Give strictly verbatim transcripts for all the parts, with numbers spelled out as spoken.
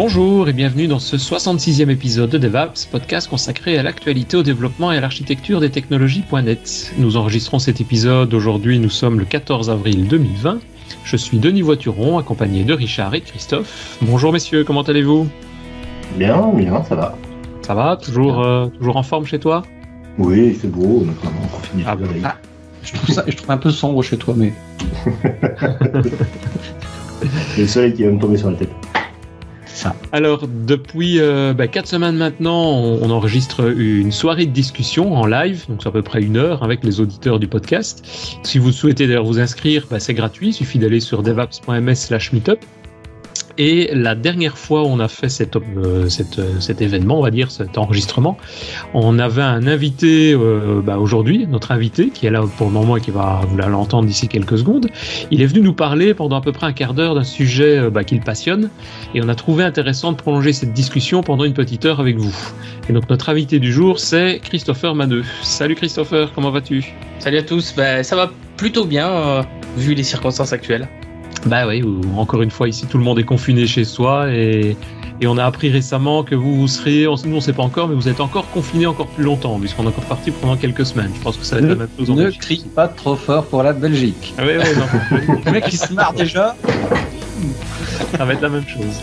Bonjour et bienvenue dans ce soixante-sixième épisode de DevApps, podcast consacré à l'actualité, au développement et à l'architecture des technologies point net. Nous enregistrons cet épisode aujourd'hui, nous sommes le quatorze avril deux mille vingt. Je suis Denis Voituron, accompagné de Richard et de Christophe. Bonjour messieurs, comment allez-vous ? Bien, bien, ça va. Ça va ? Toujours, euh, toujours en forme chez toi ? Oui, c'est beau, notamment, on finit ah, de travailler. Ah, je trouve ça, je trouve un peu sombre chez toi, mais... C'est le soleil qui va me tomber sur la tête. Ça. Alors, depuis euh, bah, quatre semaines maintenant, on, on enregistre une soirée de discussion en live, donc c'est à peu près une heure avec les auditeurs du podcast. Si vous souhaitez d'ailleurs vous inscrire, bah, c'est gratuit, il suffit d'aller sur devaps point m s slash meetup. Et la dernière fois où on a fait cet, euh, cet, euh, cet événement, on va dire, cet enregistrement, on avait un invité euh, bah, aujourd'hui, notre invité, qui est là pour le moment et qui va, vous allez l'entendre d'ici quelques secondes. Il est venu nous parler pendant à peu près un quart d'heure d'un sujet euh, bah, qui le passionne, et on a trouvé intéressant de prolonger cette discussion pendant une petite heure avec vous. Et donc notre invité du jour, c'est Christopher Maneux. Salut Christopher, comment vas-tu ? Salut à tous, bah, ça va plutôt bien, euh, vu les circonstances actuelles. Bah oui, encore une fois, ici, tout le monde est confiné chez soi et, et on a appris récemment que vous, vous serez, nous on ne sait pas encore, mais vous êtes encore confiné encore plus longtemps, puisqu'on est encore parti pendant quelques semaines. Je pense que ça va être ne, la même chose en Ne Belgique. crie pas trop fort pour la Belgique. Ah oui, oui, non. Le mec il se marre déjà. Ça va être la même chose.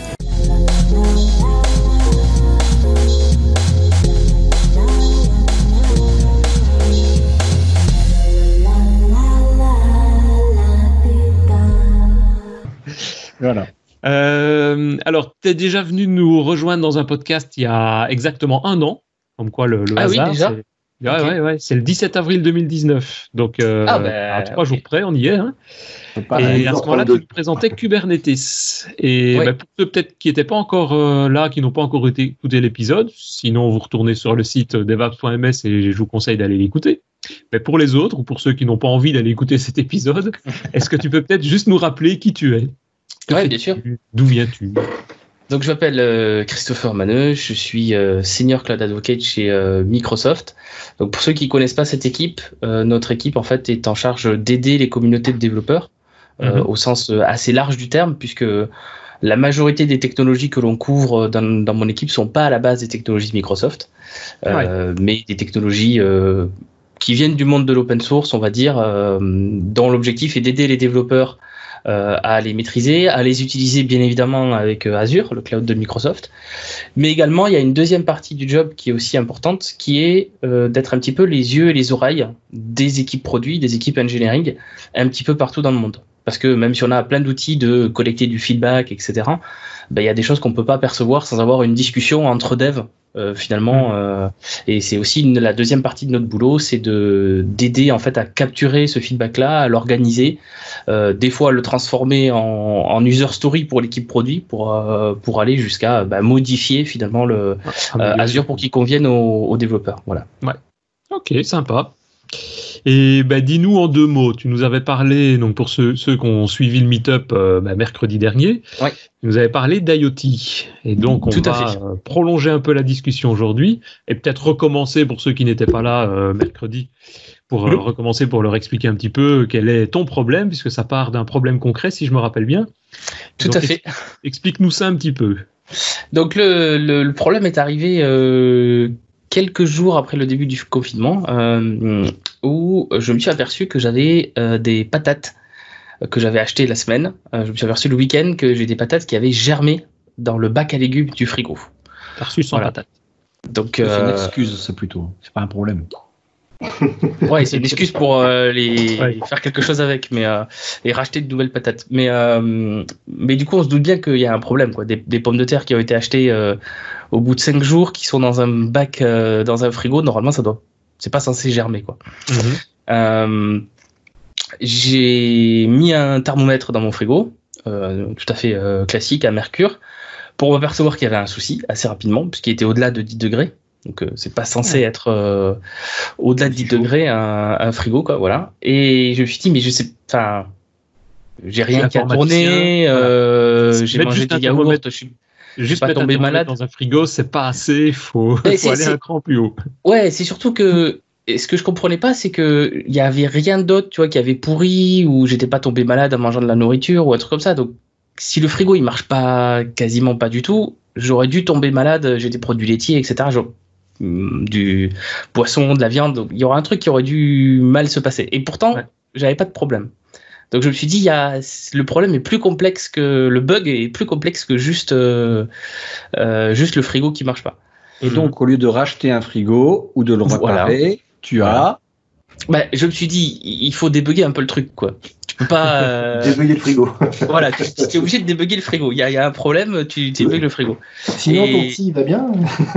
Voilà. Euh, alors, tu es déjà venu nous rejoindre dans un podcast il y a exactement un an, comme quoi le, le ah hasard. oui, déjà c'est... Ouais, okay. ouais, ouais, c'est le dix-sept avril deux mille dix-neuf. Donc, euh, ah bah, à trois okay. jours près, on y est. Hein. Pas et à à ce moment-là, tu nous présentais Kubernetes. Et ouais. bah, pour ceux peut-être qui n'étaient pas encore euh, là, qui n'ont pas encore été, écouté l'épisode, sinon vous retournez sur le site devaps point m s et je vous conseille d'aller l'écouter. Mais pour les autres, ou pour ceux qui n'ont pas envie d'aller écouter cet épisode, est-ce que tu peux peut-être juste nous rappeler qui tu es ? Oui, bien sûr. D'où viens-tu ? Donc, je m'appelle euh, Christopher Maneux, je suis euh, Senior Cloud Advocate chez euh, Microsoft. Donc, pour ceux qui ne connaissent pas cette équipe, euh, notre équipe, en fait, est en charge d'aider les communautés de développeurs, euh, mm-hmm. au sens euh, assez large du terme, puisque la majorité des technologies que l'on couvre dans, dans mon équipe ne sont pas à la base des technologies de Microsoft, euh, ouais. mais des technologies euh, qui viennent du monde de l'open source, on va dire, euh, dont l'objectif est d'aider les développeurs Euh, à les maîtriser, à les utiliser bien évidemment avec euh, Azure, le cloud de Microsoft. Mais également, il y a une deuxième partie du job qui est aussi importante, qui est euh, d'être un petit peu les yeux et les oreilles des équipes produits, des équipes engineering, un petit peu partout dans le monde. Parce que même si on a plein d'outils de collecter du feedback, et cetera, ben, il y a des choses qu'on ne peut pas percevoir sans avoir une discussion entre devs, euh, finalement. Euh, et c'est aussi une, la deuxième partie de notre boulot, c'est de, d'aider en fait à capturer ce feedback-là, à l'organiser, euh, des fois à le transformer en, en user story pour l'équipe produit, pour, euh, pour aller jusqu'à bah, modifier finalement le, ah, euh, Azure pour qu'il convienne aux, aux développeurs. Voilà. Ouais. Ok, sympa. Et bah, dis-nous en deux mots, tu nous avais parlé, donc pour ceux, ceux qui ont suivi le meet-up euh, bah, mercredi dernier, ouais. tu nous avais parlé d'IoT. Et donc on Tout va euh, prolonger un peu la discussion aujourd'hui et peut-être recommencer pour ceux qui n'étaient pas là euh, mercredi, pour euh, mmh. recommencer pour leur expliquer un petit peu quel est ton problème, puisque ça part d'un problème concret, si je me rappelle bien. Tout donc, à fait. Ex- explique-nous ça un petit peu. Donc le, le, le problème est arrivé... Euh... quelques jours après le début du confinement, euh, où je me suis aperçu que j'avais euh, des patates que j'avais achetées la semaine. Euh, je me suis aperçu le week-end que j'ai des patates qui avaient germé dans le bac à légumes du frigo. T'as reçu sans voilà. patates. Donc, c'est euh, une excuse, c'est plutôt. C'est pas un problème. Ouais, c'est une excuse pour euh, les ouais. faire quelque chose avec, mais euh, et racheter de nouvelles patates. Mais euh, mais du coup, on se doute bien qu'il y a un problème, quoi. Des, des pommes de terre qui ont été achetées euh, au bout de cinq jours, qui sont dans un bac, euh, dans un frigo. Normalement, ça doit, c'est pas censé germer, quoi. Mm-hmm. Euh, j'ai mis un thermomètre dans mon frigo, euh, tout à fait euh, classique, à mercure, pour m'apercevoir qu'il y avait un souci assez rapidement, puisqu'il était au-delà de dix degrés. Donc euh, c'est pas censé être euh, au-delà de dix degrés un, un frigo, quoi, voilà. Et je me suis dit mais je sais, enfin, j'ai rien qui a tourné, euh, voilà. J'ai mangé des yaourts, je suis juste pas tombé malade. Dans un frigo, c'est pas assez, faut, faut c'est, aller c'est... un cran plus haut. Ouais, c'est surtout que et ce que je comprenais pas, c'est que il y avait rien d'autre, tu vois, qui avait pourri ou j'étais pas tombé malade en mangeant de la nourriture ou un truc comme ça. Donc si le frigo il marche pas quasiment pas du tout, j'aurais dû tomber malade. J'ai des produits laitiers, et cetera. Genre, du poisson, de la viande. Donc, il y aura un truc qui aurait dû mal se passer. Et pourtant, ouais. j'avais pas de problème. Donc je me suis dit, il y a, le problème est plus complexe que le bug est plus complexe que juste, euh, euh, juste le frigo qui marche pas. Et donc, au lieu de racheter un frigo ou de le réparer, voilà. tu as. Voilà. Bah, je me suis dit, il faut débugger un peu le truc, quoi. Tu peux pas. Euh... débugger le frigo. Voilà, tu es obligé de débugger le frigo. Il y a, il y a un problème, tu débugges le frigo. Sinon, Et... ton petit, il va bien.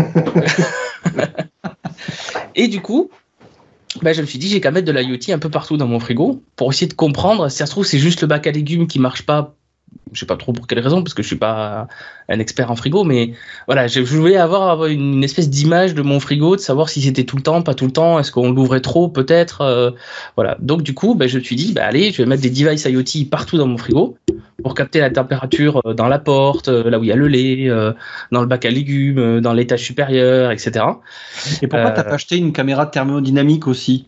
Et du coup. Ben, je me suis dit, j'ai qu'à mettre de l'IoT un peu partout dans mon frigo pour essayer de comprendre. Si ça se trouve, c'est juste le bac à légumes qui marche pas. Je sais pas trop pour quelle raison, parce que je suis pas un expert en frigo, mais voilà, je voulais avoir une espèce d'image de mon frigo, de savoir si c'était tout le temps, pas tout le temps, est-ce qu'on l'ouvrait trop, peut-être. Euh, voilà. Donc, du coup, ben, je me suis dit, ben, allez, je vais mettre des devices IoT partout dans mon frigo pour capter la température dans la porte, là où il y a le lait, euh, dans le bac à légumes, dans l'étage supérieur, et cetera. Et pourquoi euh, t'as pas acheté une caméra thermodynamique aussi?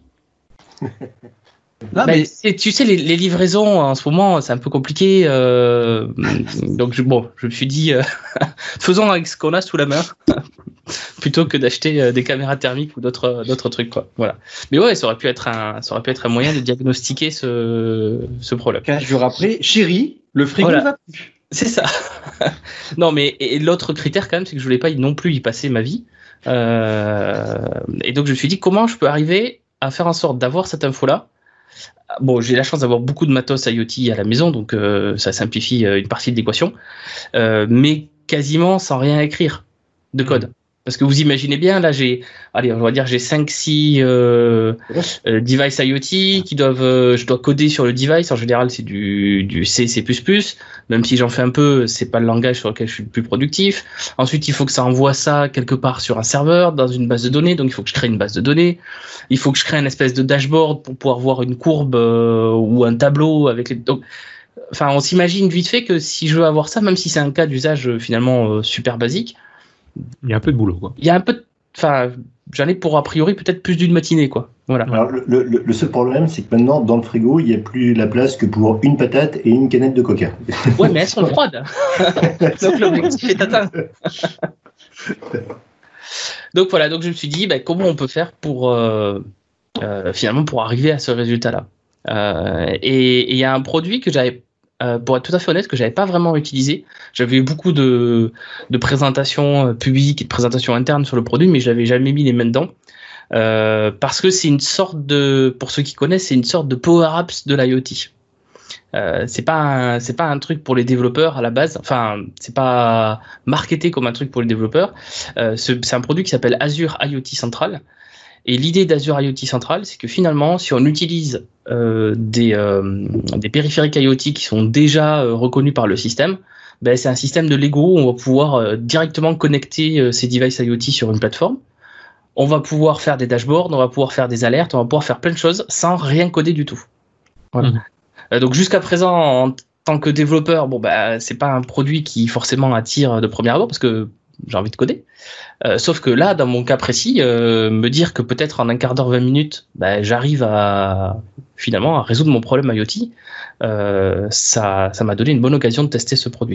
Non, mais ben, tu sais, les, les livraisons en ce moment, c'est un peu compliqué. Euh, donc, je, bon, je me suis dit, euh, faisons avec ce qu'on a sous la main, plutôt que d'acheter euh, des caméras thermiques ou d'autres, d'autres trucs, quoi. Voilà. Mais ouais, ça aurait pu être un, ça aurait pu être un moyen de diagnostiquer ce, ce problème. Quinze jours après, chérie, le frigo voilà. va plus. C'est ça. Non, mais et l'autre critère quand même, c'est que je voulais pas non plus y passer ma vie. Euh, et donc, je me suis dit, comment je peux arriver à faire en sorte d'avoir cette info-là. Bon, j'ai la chance d'avoir beaucoup de matos IoT à la maison, donc euh, ça simplifie euh, une partie de l'équation, euh, mais quasiment sans rien écrire de code. Parce que vous imaginez bien, là j'ai, allez, on va dire j'ai cinq six euh, euh, devices IoT qui doivent, euh, je dois coder sur le device. En général, c'est du, du C, C plus plus. Même si j'en fais un peu, c'est pas le langage sur lequel je suis le plus productif. Ensuite, il faut que ça envoie ça quelque part sur un serveur, dans une base de données. Donc, il faut que je crée une base de données. Il faut que je crée une espèce de dashboard pour pouvoir voir une courbe euh, ou un tableau avec les. Donc, enfin, on s'imagine vite fait que si je veux avoir ça, même si c'est un cas d'usage euh, finalement euh, super basique. Il y a un peu de boulot, quoi. Il y a un peu de... Enfin, j'en ai pour a priori peut-être plus d'une matinée, quoi. Voilà. Alors, le, le, le seul problème, c'est que maintenant, dans le frigo, il n'y a plus la place que pour une patate et une canette de coca. Ouais, mais elles sont froides. Donc l'objectif est atteint. Donc voilà, donc je me suis dit, bah, comment on peut faire pour, euh, euh, finalement, pour arriver à ce résultat-là. Euh, et il y a un produit que j'avais... Euh, pour être tout à fait honnête, que j'avais pas vraiment utilisé. J'avais eu beaucoup de, de présentations euh, publiques et de présentations internes sur le produit, mais je l'avais jamais mis les mains dedans. Euh, parce que c'est une sorte de, pour ceux qui connaissent, c'est une sorte de power-apps de l'IoT. Euh, c'est pas un, c'est pas un truc pour les développeurs à la base. Enfin, c'est pas marketé comme un truc pour les développeurs. Euh, c'est, c'est un produit qui s'appelle Azure IoT Central. Et l'idée d'Azure IoT Central, c'est que finalement, si on utilise euh, des, euh, des périphériques IoT qui sont déjà euh, reconnus par le système, ben, c'est un système de Lego où on va pouvoir euh, directement connecter euh, ces devices IoT sur une plateforme. On va pouvoir faire des dashboards, on va pouvoir faire des alertes, on va pouvoir faire plein de choses sans rien coder du tout. Voilà. Mmh. Euh, donc jusqu'à présent, en tant que développeur, bon, ben, c'est pas un produit qui forcément attire de premier abord parce que j'ai envie de coder. Euh, sauf que là, dans mon cas précis, euh, me dire que peut-être en un quart d'heure, vingt minutes, bah, j'arrive à finalement à résoudre mon problème IoT, euh, ça, ça m'a donné une bonne occasion de tester ce produit.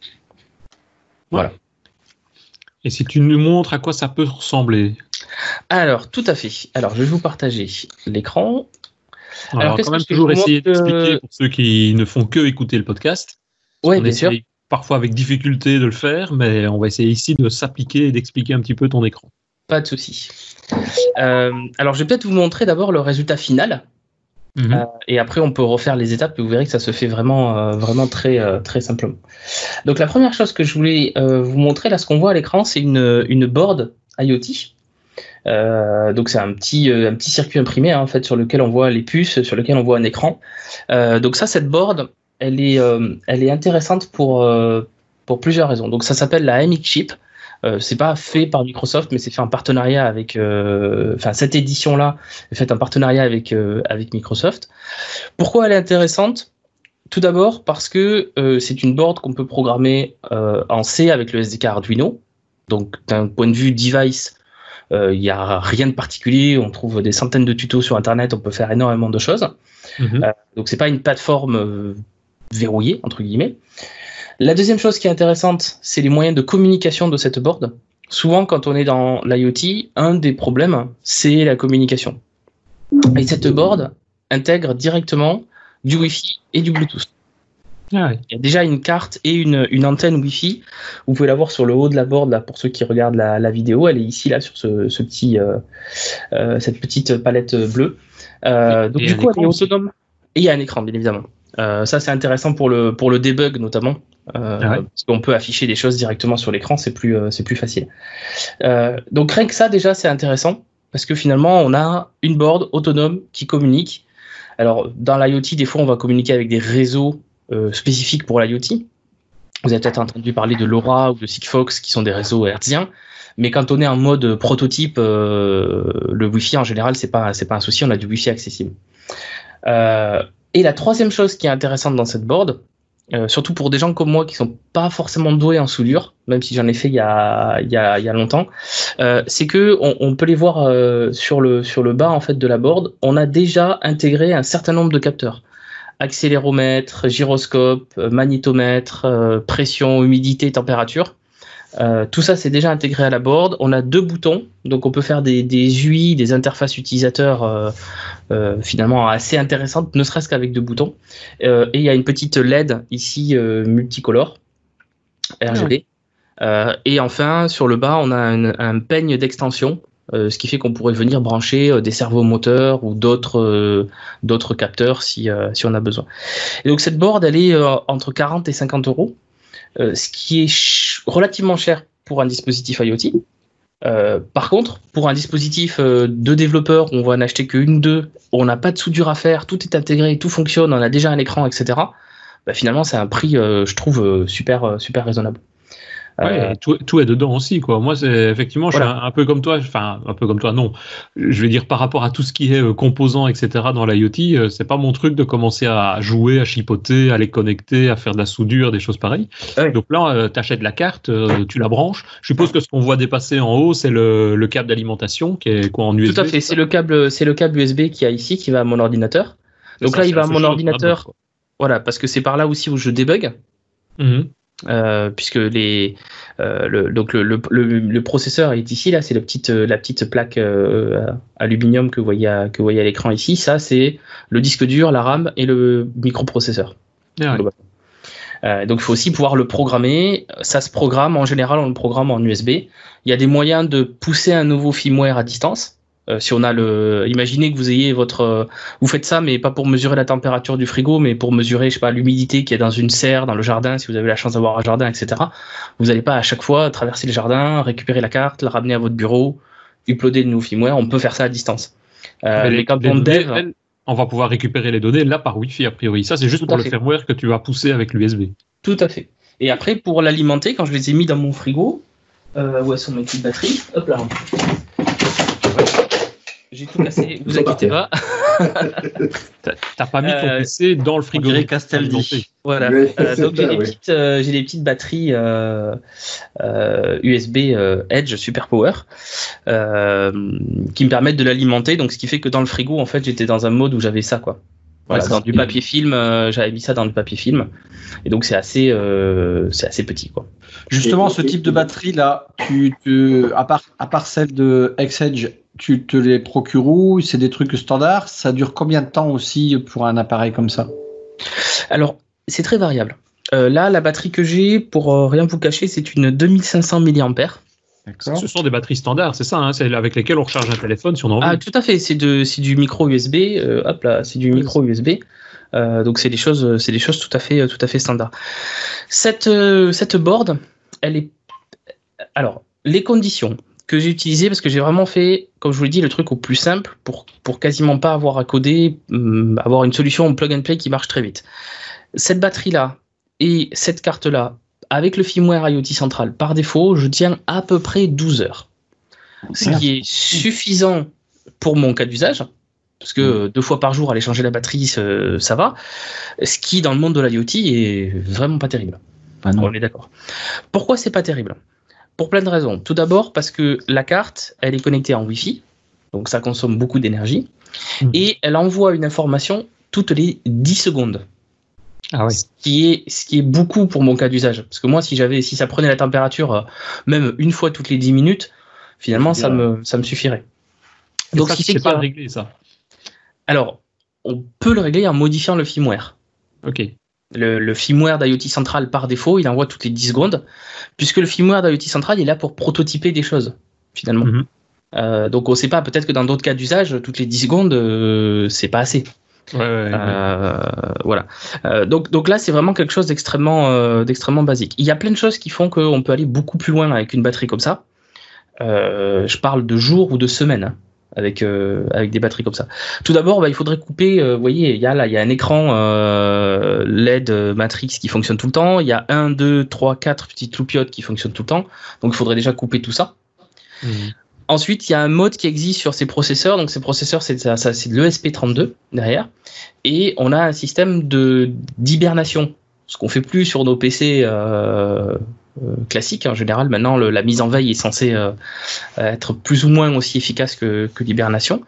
Voilà. Et si tu nous montres à quoi ça peut ressembler? Alors, tout à fait. Alors, je vais vous partager l'écran. Alors, Alors quand même toujours essayer montre... d'expliquer pour ceux qui ne font que écouter le podcast. Oui, bien sûr. Parfois avec difficulté de le faire, mais on va essayer ici de s'appliquer et d'expliquer un petit peu ton écran. Pas de souci. Euh, alors, je vais peut-être vous montrer d'abord le résultat final. Mmh. Euh, et après, on peut refaire les étapes et vous verrez que ça se fait vraiment, euh, vraiment très, euh, très simplement. Donc, la première chose que je voulais euh, vous montrer, là, ce qu'on voit à l'écran, c'est une, une board IoT. Euh, donc, c'est un petit, euh, un petit circuit imprimé, hein, en fait, sur lequel on voit les puces, sur lequel on voit un écran. Euh, donc, ça, cette board... Elle est, euh, elle est intéressante pour, euh, pour plusieurs raisons. Donc, ça s'appelle la M X Chip. Euh, c'est pas fait par Microsoft, mais c'est fait en partenariat avec. Euh, enfin, cette édition-là est faite en partenariat avec, euh, avec Microsoft. Pourquoi elle est intéressante? Tout d'abord parce que euh, c'est une board qu'on peut programmer euh, en C avec le S D K Arduino. Donc, d'un point de vue device, il euh, n'y a rien de particulier. On trouve des centaines de tutos sur Internet. On peut faire énormément de choses. Mmh. Euh, donc, c'est pas une plateforme euh, verrouillé, entre guillemets. La deuxième chose qui est intéressante, c'est les moyens de communication de cette board. Souvent, quand on est dans l'IoT, un des problèmes, c'est la communication. Et cette board intègre directement du Wi-Fi et du Bluetooth. Ah ouais. Il y a déjà une carte et une, une antenne Wi-Fi. Vous pouvez la voir sur le haut de la board, là, pour ceux qui regardent la, la vidéo. Elle est ici, là, sur ce, ce petit, euh, euh, cette petite palette bleue. Euh, donc, et du coup, elle est aussi. autonome. Et il y a un écran, bien évidemment. Euh, ça, c'est intéressant pour le, pour le debug, notamment. Euh, Ah ouais. Parce qu'on peut afficher des choses directement sur l'écran, c'est plus, euh, c'est plus facile. Euh, donc, rien que ça, déjà, c'est intéressant. Parce que finalement, on a une board autonome qui communique. Alors, dans l'IoT, des fois, on va communiquer avec des réseaux euh, spécifiques pour l'IoT. Vous avez peut-être entendu parler de LoRa ou de Sigfox, qui sont des réseaux hertziens. Mais quand on est en mode prototype, euh, le Wi-Fi, en général, c'est pas, c'est pas un souci, on a du Wi-Fi accessible. Euh, et la troisième chose qui est intéressante dans cette board, Euh, surtout pour des gens comme moi qui sont pas forcément doués en soudure, même si j'en ai fait il y a, il y a, il y a longtemps, euh, c'est que on, on peut les voir euh, sur le sur le bas en fait de la board. On a déjà intégré un certain nombre de capteurs, accéléromètre, gyroscope, magnétomètre, euh, pression, humidité, température. Euh, tout ça c'est déjà intégré à la board. On a deux boutons, donc on peut faire des, des U I, des interfaces utilisateurs euh, euh, finalement assez intéressantes, ne serait-ce qu'avec deux boutons. Euh, et il y a une petite L E D ici euh, multicolore, R G B. Ouais. Euh, et enfin sur le bas on a un, un peigne d'extension, euh, ce qui fait qu'on pourrait venir brancher euh, des servomoteurs ou d'autres euh, d'autres capteurs si euh, si on a besoin. Et donc cette board elle est euh, entre quarante et cinquante euros. Euh, ce qui est ch- relativement cher pour un dispositif IoT. Euh, par contre, pour un dispositif euh, de développeur où on va en acheter qu'une ou deux, où on n'a pas de soudure à faire, tout est intégré, tout fonctionne, on a déjà un écran, et cetera. Bah, finalement, c'est un prix, euh, je trouve, euh, super, euh, super raisonnable. Ouais, euh, tout, tout est dedans aussi, quoi. Moi, c'est effectivement, je voilà. suis un, un peu comme toi. Enfin, un peu comme toi, non. Je vais dire par rapport à tout ce qui est euh, composants, et cetera. Dans l'IoT, euh, c'est pas mon truc de commencer à jouer, à chipoter, à les connecter, à faire de la soudure, des choses pareilles. Ouais. Donc là, euh, tu achètes la carte, euh, tu la branches. Je suppose que ce qu'on voit dépasser en haut, c'est le, le câble d'alimentation qui est quoi en U S B. Tout à fait. C'est le câble, c'est le câble U S B qui a ici, qui va à mon ordinateur. Donc ça, là, il va à mon ordinateur. Boîte, voilà, parce que c'est par là aussi où je débug. Mm-hmm. Euh, puisque les euh, le, donc le, le, le, le processeur est ici là, c'est la petite la petite plaque euh, aluminium que vous voyez à, que vous voyez à l'écran ici. Ça c'est le disque dur, la RAM et le microprocesseur. Ah ouais. euh, donc il faut aussi pouvoir le programmer. Ça se programme en général, on le programme en U S B. Il y a des moyens de pousser un nouveau firmware à distance. Euh, si on a le, imaginez que vous ayez votre, euh, vous faites ça, mais pas pour mesurer la température du frigo, mais pour mesurer, je sais pas, l'humidité qui est dans une serre, dans le jardin, si vous avez la chance d'avoir un jardin, et cetera. Vous n'allez pas à chaque fois traverser le jardin, récupérer la carte, la ramener à votre bureau, uploader le nouveau firmware. On peut faire ça à distance. Euh, mais, les, mais quand les on données, dev, elles, on va pouvoir récupérer les données là par Wi-Fi a priori. Ça, c'est juste pour le fait. firmware que tu vas pousser avec l'U S B. Tout à fait. Et après, pour l'alimenter, quand je les ai mis dans mon frigo, euh, où sont mes petites batteries? Hop là. J'ai tout cassé, vous inquiétez pas. T'as pas mis ton P C dans le frigo Castaldi. Voilà. Euh, donc j'ai, oui. petites, euh, j'ai des petites batteries euh, euh, U S B euh, Edge Super Power euh, qui me permettent de l'alimenter. Donc ce qui fait que dans le frigo, en fait, j'étais dans un mode où j'avais ça, quoi. Voilà, ouais, dans du papier film, euh, j'avais mis ça dans du papier film, et donc c'est assez, euh, c'est assez petit, quoi. Justement, ce type de batterie là, tu, tu, à part, à part celle de X-Edge, tu te les procures où? C'est des trucs standards? Ça dure combien de temps aussi pour un appareil comme ça? Alors, c'est très variable. Euh, là, la batterie que j'ai, pour euh, rien vous cacher, c'est une deux mille cinq cents milliampères. Ce sont des batteries standards, c'est ça, hein, c'est avec lesquelles on recharge un téléphone si on en veut. Ah, tout à fait, c'est, de, c'est du micro U S B, euh, hop là, c'est du micro U S B. Euh, donc c'est des choses, c'est des choses tout à fait, tout à fait standards. Cette, euh, cette board, elle est, alors les conditions que j'ai utilisées, parce que j'ai vraiment fait, comme je vous l'ai dit, le truc au plus simple pour pour quasiment pas avoir à coder, hum, avoir une solution plug and play qui marche très vite. Cette batterie là et cette carte là, avec le firmware IoT central par défaut, je tiens à peu près douze heures, ce qui est suffisant pour mon cas d'usage. Parce que deux fois par jour, aller changer la batterie, ça va. Ce qui, dans le monde de l'IoT, est vraiment pas terrible. Ah non. On est d'accord. Pourquoi c'est pas terrible? Pour plein de raisons. Tout d'abord, parce que la carte, elle est connectée en Wi-Fi, donc ça consomme beaucoup d'énergie, mmh. et elle envoie une information toutes les dix secondes. Ah ouais. Ce qui est, ce qui est beaucoup pour mon cas d'usage. Parce que moi, si j'avais, si ça prenait la température euh, même une fois toutes les dix minutes, finalement, ça me, ça me suffirait. Et Donc, ça, ce qui fait c'est qu'il y a... pas réglé, ça. Alors, on peut le régler en modifiant le firmware. Ok. Le, le firmware d'IoT Central, par défaut, il envoie toutes les dix secondes, puisque le firmware d'IoT Central est là pour prototyper des choses, finalement. Mm-hmm. Euh, donc, on ne sait pas, peut-être que dans d'autres cas d'usage, toutes les dix secondes, euh, c'est pas assez. Ouais, ouais, euh, ouais. Voilà. Euh, donc, donc là, c'est vraiment quelque chose d'extrêmement, euh, d'extrêmement basique. Il y a plein de choses qui font qu'on peut aller beaucoup plus loin avec une batterie comme ça. Euh, je parle de jours ou de semaines. Hein. Avec, euh, avec des batteries comme ça. Tout d'abord, bah, il faudrait couper, euh, vous voyez, il y a là, il y a un écran euh, L E D Matrix qui fonctionne tout le temps, il y a un, deux, trois, quatre petites loupiottes qui fonctionnent tout le temps, donc il faudrait déjà couper tout ça. Mmh. Ensuite, il y a un mode qui existe sur ces processeurs, donc ces processeurs, c'est, ça, ça, c'est de l'E S P trente-deux derrière, et on a un système de, d'hibernation, ce qu'on fait plus sur nos P C euh, Euh, classique. En général, maintenant, le, la mise en veille est censée euh, être plus ou moins aussi efficace que, que l'hibernation.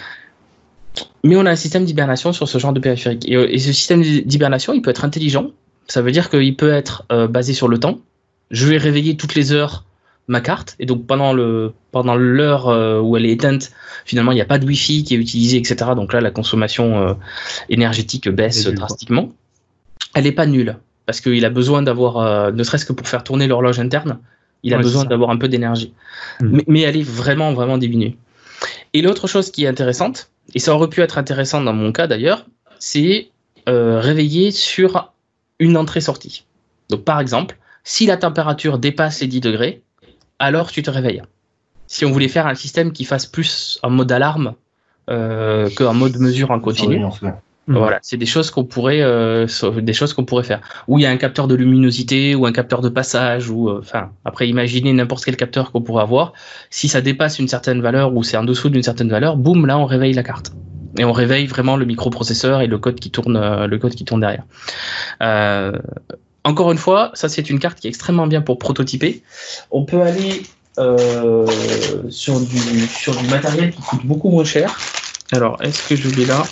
Mais on a un système d'hibernation sur ce genre de périphérique. Et, et ce système d'hibernation, il peut être intelligent. Ça veut dire qu'il peut être euh, basé sur le temps. Je vais réveiller toutes les heures ma carte. Et donc, pendant, le, pendant l'heure euh, où elle est éteinte, finalement, il n'y a pas de Wi-Fi qui est utilisé, et cetera. Donc là, la consommation euh, énergétique baisse drastiquement. Elle n'est pas nulle. Parce qu'il a besoin d'avoir, euh, ne serait-ce que pour faire tourner l'horloge interne, il a ouais, besoin d'avoir un peu d'énergie. Mmh. Mais, mais elle est vraiment, vraiment diminuée. Et l'autre chose qui est intéressante, et ça aurait pu être intéressant dans mon cas d'ailleurs, c'est euh, réveiller sur une entrée-sortie. Donc par exemple, si la température dépasse les dix degrés, alors tu te réveilles. Si on voulait faire un système qui fasse plus en mode alarme euh, qu'en mode mesure en continu, Mmh. voilà, c'est des choses qu'on pourrait, euh, des choses qu'on pourrait faire. Où il y a un capteur de luminosité ou un capteur de passage ou, enfin, euh, après imaginez n'importe quel capteur qu'on pourrait avoir. Si ça dépasse une certaine valeur ou c'est en dessous d'une certaine valeur, boum, là on réveille la carte et on réveille vraiment le microprocesseur et le code qui tourne, euh, le code qui tourne derrière. Euh, encore une fois, ça c'est une carte qui est extrêmement bien pour prototyper. On peut aller euh, sur du sur du matériel qui coûte beaucoup moins cher. Alors, est-ce que je l'ai là?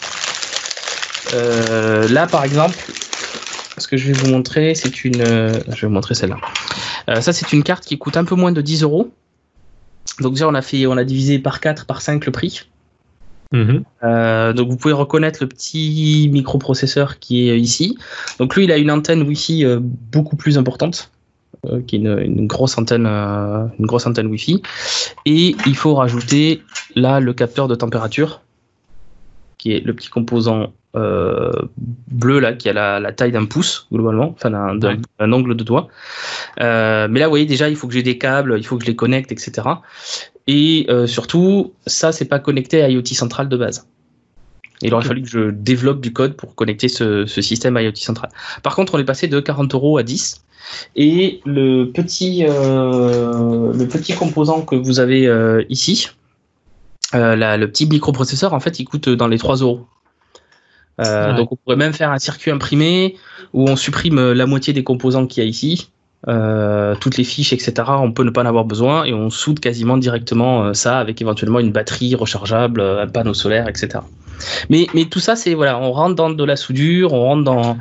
Euh, là, par exemple, ce que je vais vous montrer, c'est une. Euh, je vais vous montrer celle-là. Euh, ça, c'est une carte qui coûte un peu moins de dix euros. Donc déjà, on a fait, on a divisé par quatre, par cinq le prix. Mmh. Euh, donc vous pouvez reconnaître le petit microprocesseur qui est ici. Donc lui, il a une antenne Wi-Fi euh, beaucoup plus importante, euh, qui est une, une grosse antenne, euh, une grosse antenne Wi-Fi. Et il faut rajouter là le capteur de température, qui est le petit composant euh, bleu là, qui a la, la taille d'un pouce globalement, enfin d'un, d'un, d'un angle de doigt. Euh, mais là, vous voyez déjà, il faut que j'ai des câbles, il faut que je les connecte, et cetera. Et euh, surtout, ça, c'est pas connecté à IoT Central de base. Il aurait fallu que je développe du code pour connecter ce, ce système à IoT Central. Par contre, on est passé de quarante euros à dix. Et le petit, euh, le petit composant que vous avez euh, ici, euh, la, le petit microprocesseur, en fait, il coûte dans les trois euros. Euh, ouais. Donc on pourrait même faire un circuit imprimé où on supprime la moitié des composants qu'il y a ici, euh, toutes les fiches, et cetera. On peut ne pas en avoir besoin et on soude quasiment directement euh, ça avec éventuellement une batterie rechargeable, un panneau solaire, et cetera. Mais, mais tout ça, c'est voilà, on rentre dans de la soudure, on rentre dans,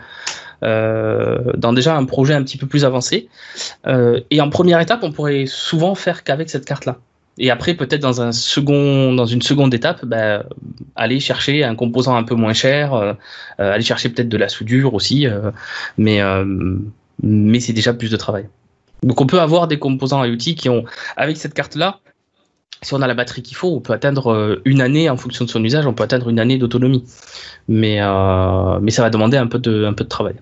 euh, dans déjà un projet un petit peu plus avancé. Euh, et en première étape, on pourrait souvent faire qu'avec cette carte-là. Et après, peut-être dans un second, dans une seconde étape, bah, aller chercher un composant un peu moins cher, euh, aller chercher peut-être de la soudure aussi, euh, mais euh, mais c'est déjà plus de travail. Donc on peut avoir des composants IoT qui ont, avec cette carte-là, si on a la batterie qu'il faut, on peut atteindre une année en fonction de son usage, on peut atteindre une année d'autonomie. Mais euh, mais ça va demander un peu de un peu de travail.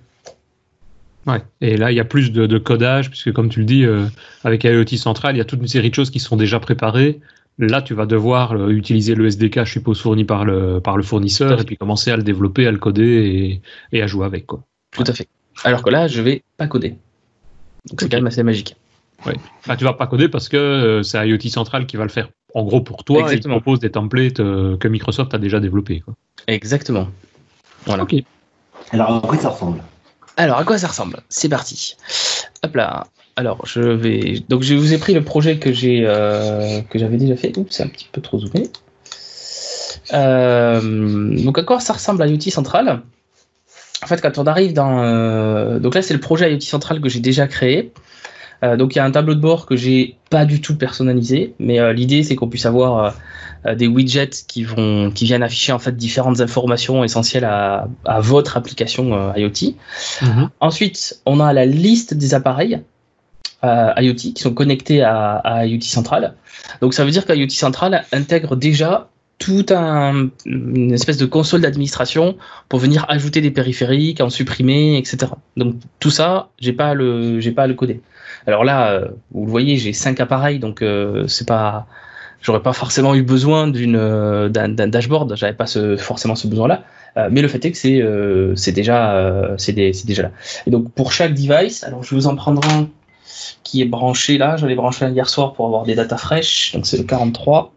Ouais. Et là, il y a plus de, de codage, puisque comme tu le dis, euh, avec IoT Central, il y a toute une série de choses qui sont déjà préparées. Là, tu vas devoir euh, utiliser le S D K, je suppose, fourni par le, par le fournisseur, et puis commencer à le développer, à le coder et, et à jouer avec, quoi. Tout ouais. à fait. Alors que là, je vais pas coder. Donc c'est okay. Quand même assez magique. Ouais. Bah, tu vas pas coder parce que euh, c'est IoT Central qui va le faire. En gros, pour toi, Exactement. Il propose des templates euh, que Microsoft a déjà développés, quoi. Exactement. Voilà. Ok. Alors, à quoi ça ressemble ? Alors, à quoi ça ressemble ? C'est parti. Hop là. Alors, je vais. Donc, je vous ai pris le projet que j'ai, euh, que j'avais déjà fait. Oups, c'est un petit peu trop zoomé. Euh, donc, à quoi ça ressemble à IoT Central ? Il fait, quand on arrive dans... Euh, donc là, c'est le projet IoT Central que j'ai déjà créé. Euh, donc, il y a un tableau de bord que j'ai pas du tout personnalisé, mais euh, l'idée, c'est qu'on puisse avoir euh, des widgets qui vont, qui viennent afficher en fait différentes informations essentielles à, à votre application euh, IoT. Mm-hmm. Ensuite, on a la liste des appareils euh, IoT qui sont connectés à, à IoT Central. Donc, ça veut dire qu'IoT Central intègre déjà tout un, une espèce de console d'administration pour venir ajouter des périphériques, en supprimer, et cetera. Donc tout ça, j'ai pas le, j'ai pas à le coder. Alors là, euh, vous le voyez, j'ai cinq appareils, donc euh, c'est pas, j'aurais pas forcément eu besoin d'une, euh, d'un, d'un dashboard, j'avais pas ce, forcément ce besoin-là. Euh, mais le fait est que c'est, euh, c'est déjà, euh, c'est, des, c'est déjà là. Et donc pour chaque device, alors je vais vous en prendre un qui est branché là. J'en ai branché un hier soir pour avoir des datas fraîches. Donc c'est le quarante-trois.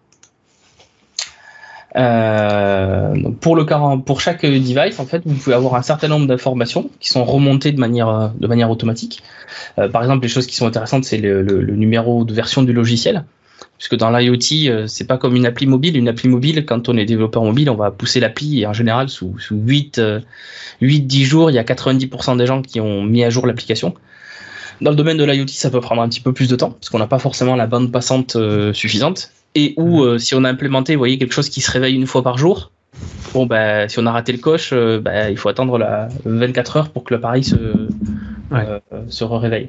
Euh, donc pour le pour chaque device, en fait, vous pouvez avoir un certain nombre d'informations qui sont remontées de manière de manière automatique. Euh, par exemple, les choses qui sont intéressantes, c'est le, le, le numéro de version du logiciel, puisque dans l'IoT, euh, c'est pas comme une appli mobile. Une appli mobile, quand on est développeur mobile, on va pousser l'appli et en général sous sous huit dix jours, il y a quatre-vingt-dix pour cent des gens qui ont mis à jour l'application. Dans le domaine de l'IoT, ça peut prendre un petit peu plus de temps parce qu'on n'a pas forcément la bande passante euh, suffisante. Et où, euh, si on a implémenté, vous voyez, quelque chose qui se réveille une fois par jour, bon, bah, si on a raté le coche, euh, bah, il faut attendre la vingt-quatre heures pour que l'appareil se, ouais. euh, se réveille.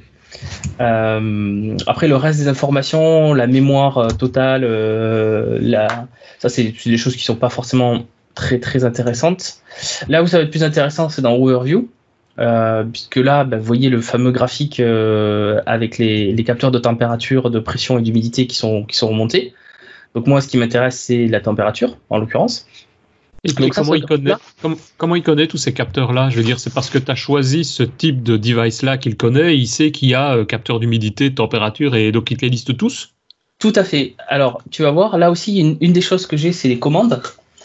Euh, après, le reste des informations, la mémoire euh, totale, euh, la... ça, c'est, c'est des choses qui sont pas forcément très, très intéressantes. Là où ça va être plus intéressant, c'est dans Overview. Euh, puisque là, bah, vous voyez le fameux graphique euh, avec les, les capteurs de température, de pression et d'humidité qui sont, qui sont remontés. Donc moi, ce qui m'intéresse, c'est la température, en l'occurrence. Et puis, Donc, comment, ça, il connaît, comment, comment il connaît tous ces capteurs-là? Je veux dire, c'est parce que tu as choisi ce type de device-là qu'il connaît, et il sait qu'il y a euh, capteur d'humidité, de température, et donc il te les liste tous? Tout à fait. Alors, tu vas voir, là aussi, une, une des choses que j'ai, c'est les commandes.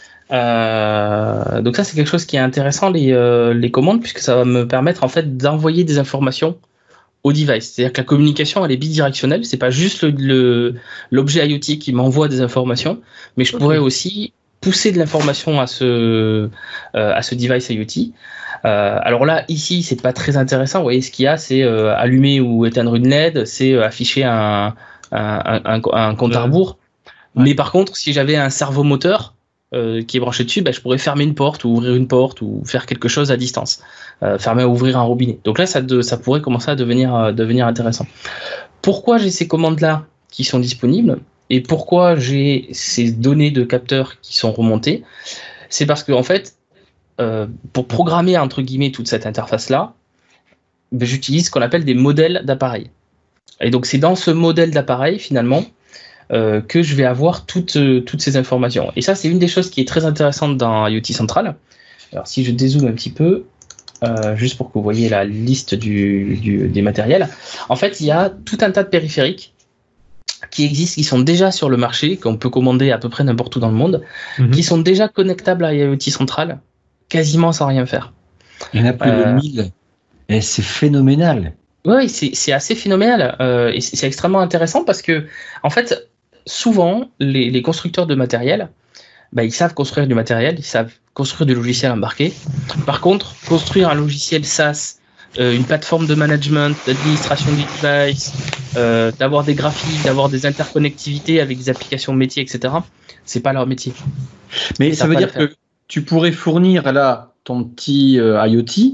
Euh, donc ça, c'est quelque chose qui est intéressant, les, euh, les commandes, puisque ça va me permettre en fait d'envoyer des informations au device. C'est-à-dire que la communication, elle est bidirectionnelle. C'est pas juste le, le, l'objet IoT qui m'envoie des informations, mais je okay. pourrais aussi pousser de l'information à ce, euh, à ce device IoT. Euh, alors là, ici, c'est pas très intéressant. Vous voyez, ce qu'il y a, c'est euh, allumer ou éteindre une L E D, c'est euh, afficher un, un, un, un compte à rebours. Ouais. Mais par contre, si j'avais un servomoteur Euh, qui est branché dessus, bah, je pourrais fermer une porte ou ouvrir une porte ou faire quelque chose à distance, euh, fermer ou ouvrir un robinet. Donc là, ça, de, ça pourrait commencer à devenir, euh, devenir intéressant. Pourquoi j'ai ces commandes-là qui sont disponibles et pourquoi j'ai ces données de capteurs qui sont remontées? C'est parce que en fait, euh, pour programmer entre guillemets toute cette interface-là, bah, j'utilise ce qu'on appelle des modèles d'appareils. Et donc c'est dans ce modèle d'appareil finalement Euh, que je vais avoir toutes, euh, toutes ces informations. Et ça, c'est une des choses qui est très intéressante dans IoT Central. Alors, si je dézoome un petit peu, euh, juste pour que vous voyez la liste du, du, des matériels, en fait, il y a tout un tas de périphériques qui existent, qui sont déjà sur le marché, qu'on peut commander à peu près n'importe où dans le monde, mm-hmm. qui sont déjà connectables à IoT Central, quasiment sans rien faire. Il y en a plus euh, de mille. Et c'est phénoménal. Oui, c'est, c'est assez phénoménal. Euh, et c'est, c'est extrêmement intéressant parce que, en fait, souvent, les, les constructeurs de matériel, bah, ils savent construire du matériel, ils savent construire du logiciel embarqué. Par contre, construire un logiciel SaaS, euh, une plateforme de management, d'administration du device, euh, d'avoir des graphiques, d'avoir des interconnectivités avec des applications métiers, et cetera, c'est pas leur métier. Mais ça veut dire que tu pourrais fournir là ton petit euh, IoT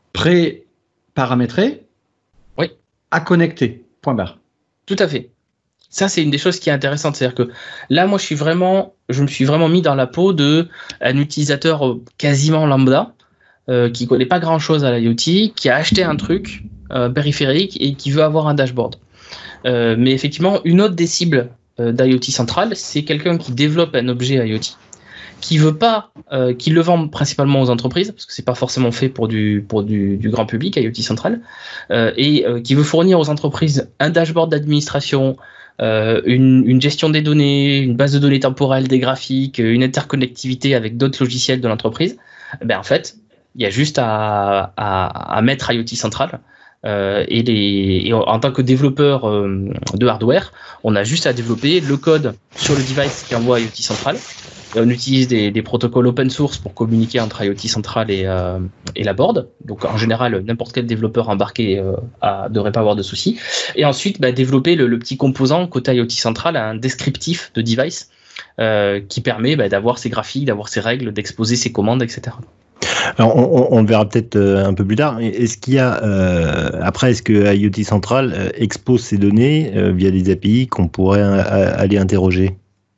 pré-paramétré, oui, à connecter. Point barre. Tout à fait. Ça, c'est une des choses qui est intéressante. C'est-à-dire que là, moi, je suis vraiment, je me suis vraiment mis dans la peau de un utilisateur quasiment lambda, euh, qui connaît pas grand-chose à l'IoT, qui a acheté un truc euh, périphérique et qui veut avoir un dashboard. Euh, mais effectivement, une autre des cibles euh, d'IoT Central, c'est quelqu'un qui développe un objet IoT, qui veut pas, euh, qui le vend principalement aux entreprises, parce que c'est pas forcément fait pour du pour du, du grand public IoT Central, euh, et euh, qui veut fournir aux entreprises un dashboard d'administration, Euh, une, une gestion des données, une base de données temporelle, des graphiques, une interconnectivité avec d'autres logiciels de l'entreprise, ben en fait, il y a juste à, à, à mettre IoT Central Euh, et, les, et en tant que développeur euh, de hardware, on a juste à développer le code sur le device qui envoie à IoT Central. Et on utilise des, des protocoles open source pour communiquer entre IoT Central et, euh, et la board. Donc en général, n'importe quel développeur embarqué euh, ne devrait pas avoir de soucis. Et ensuite, bah, développer le, le petit composant côté IoT Central, un descriptif de device euh, qui permet bah, d'avoir ses graphiques, d'avoir ses règles, d'exposer ses commandes, et cetera. Alors, on, on verra peut-être euh, un peu plus tard. Est-ce qu'il y a euh, après, est-ce que IoT Central euh, expose ces données euh, via des A P I qu'on pourrait euh, aller interroger?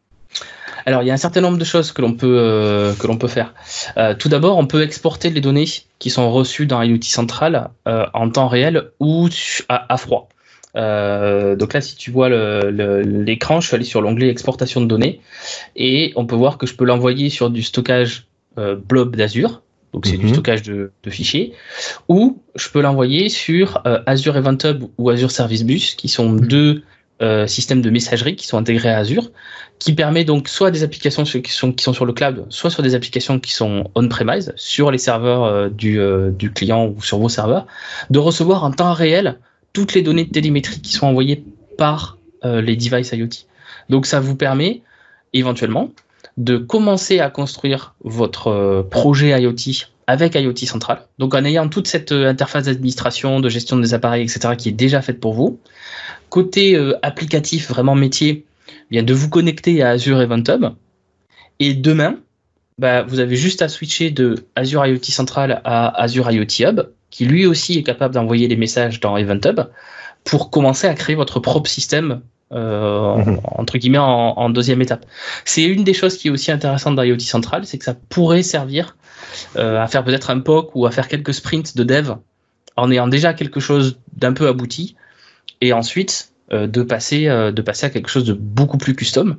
Alors, il y a un certain nombre de choses que l'on peut euh, que l'on peut faire. Euh, tout d'abord, on peut exporter les données qui sont reçues dans IoT Central euh, en temps réel ou à, à froid. Euh, donc là, si tu vois le, le, l'écran, je suis allé sur l'onglet exportation de données et on peut voir que je peux l'envoyer sur du stockage euh, blob d'Azure. Donc c'est mm-hmm. du stockage de, de fichiers, ou je peux l'envoyer sur euh, Azure Event Hub ou Azure Service Bus, qui sont mm-hmm. deux euh, systèmes de messagerie qui sont intégrés à Azure, qui permet donc soit des applications qui sont, qui sont sur le cloud, soit sur des applications qui sont on-premise, sur les serveurs euh, du, euh, du client ou sur vos serveurs, de recevoir en temps réel toutes les données de télémétrie qui sont envoyées par euh, les devices IoT. Donc ça vous permet éventuellement de commencer à construire votre euh, projet IoT avec IoT Central. Donc en ayant toute cette euh, interface d'administration, de gestion des appareils, et cetera qui est déjà faite pour vous. Côté euh, applicatif, vraiment métier, bien de vous connecter à Azure Event Hub. Et demain, bah, vous avez juste à switcher de Azure IoT Central à Azure IoT Hub, qui lui aussi est capable d'envoyer les messages dans Event Hub, pour commencer à créer votre propre système Euh, mmh. entre guillemets en, en deuxième étape. C'est une des choses qui est aussi intéressante dans IoT Central, c'est que ça pourrait servir euh, à faire peut-être un P O C ou à faire quelques sprints de dev en ayant déjà quelque chose d'un peu abouti et ensuite euh, de passer euh, de passer à quelque chose de beaucoup plus custom,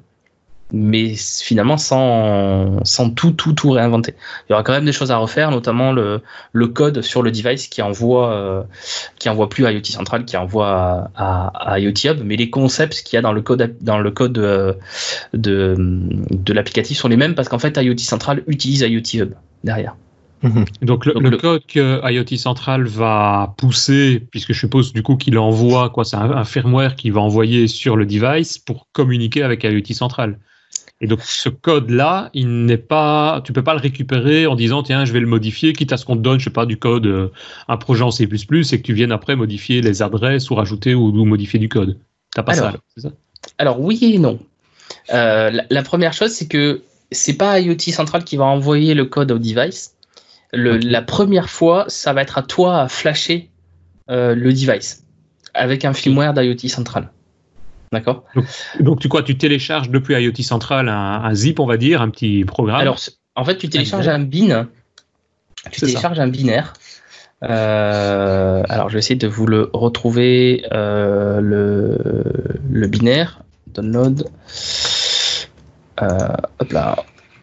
mais finalement sans, sans tout, tout, tout réinventer. Il y aura quand même des choses à refaire, notamment le, le code sur le device qui envoie, euh, qui envoie plus à IoT Central, qui envoie à, à, à IoT Hub, mais les concepts qu'il y a dans le code, dans le code euh, de, de l'applicatif sont les mêmes parce qu'en fait, IoT Central utilise IoT Hub derrière. Mmh. Donc, le, Donc le, le code que IoT Central va pousser, puisque je suppose du coup qu'il envoie, quoi, c'est un, un firmware qui va envoyer sur le device pour communiquer avec IoT Central. Et donc ce code-là, il n'est pas, tu peux pas le récupérer en disant tiens je vais le modifier, quitte à ce qu'on te donne je sais pas du code, euh, un projet en C plus plus, et que tu viennes après modifier les adresses ou rajouter ou, ou modifier du code. T'as pas alors, ça, alors, c'est ça? Alors oui et non. Euh, la, la première chose c'est que c'est pas IoT Central qui va envoyer le code au device. Le, okay. La première fois, ça va être à toi à flasher euh, le device avec un firmware d'IoT Central. D'accord. Donc, donc tu quoi, tu télécharges depuis IoT Central un, un zip, on va dire, un petit programme. Alors, en fait, tu télécharges un bin. Tu c'est télécharges ça. un binaire. Euh, alors, je vais essayer de vous le retrouver, euh, le, le binaire. Download. Euh, hop là.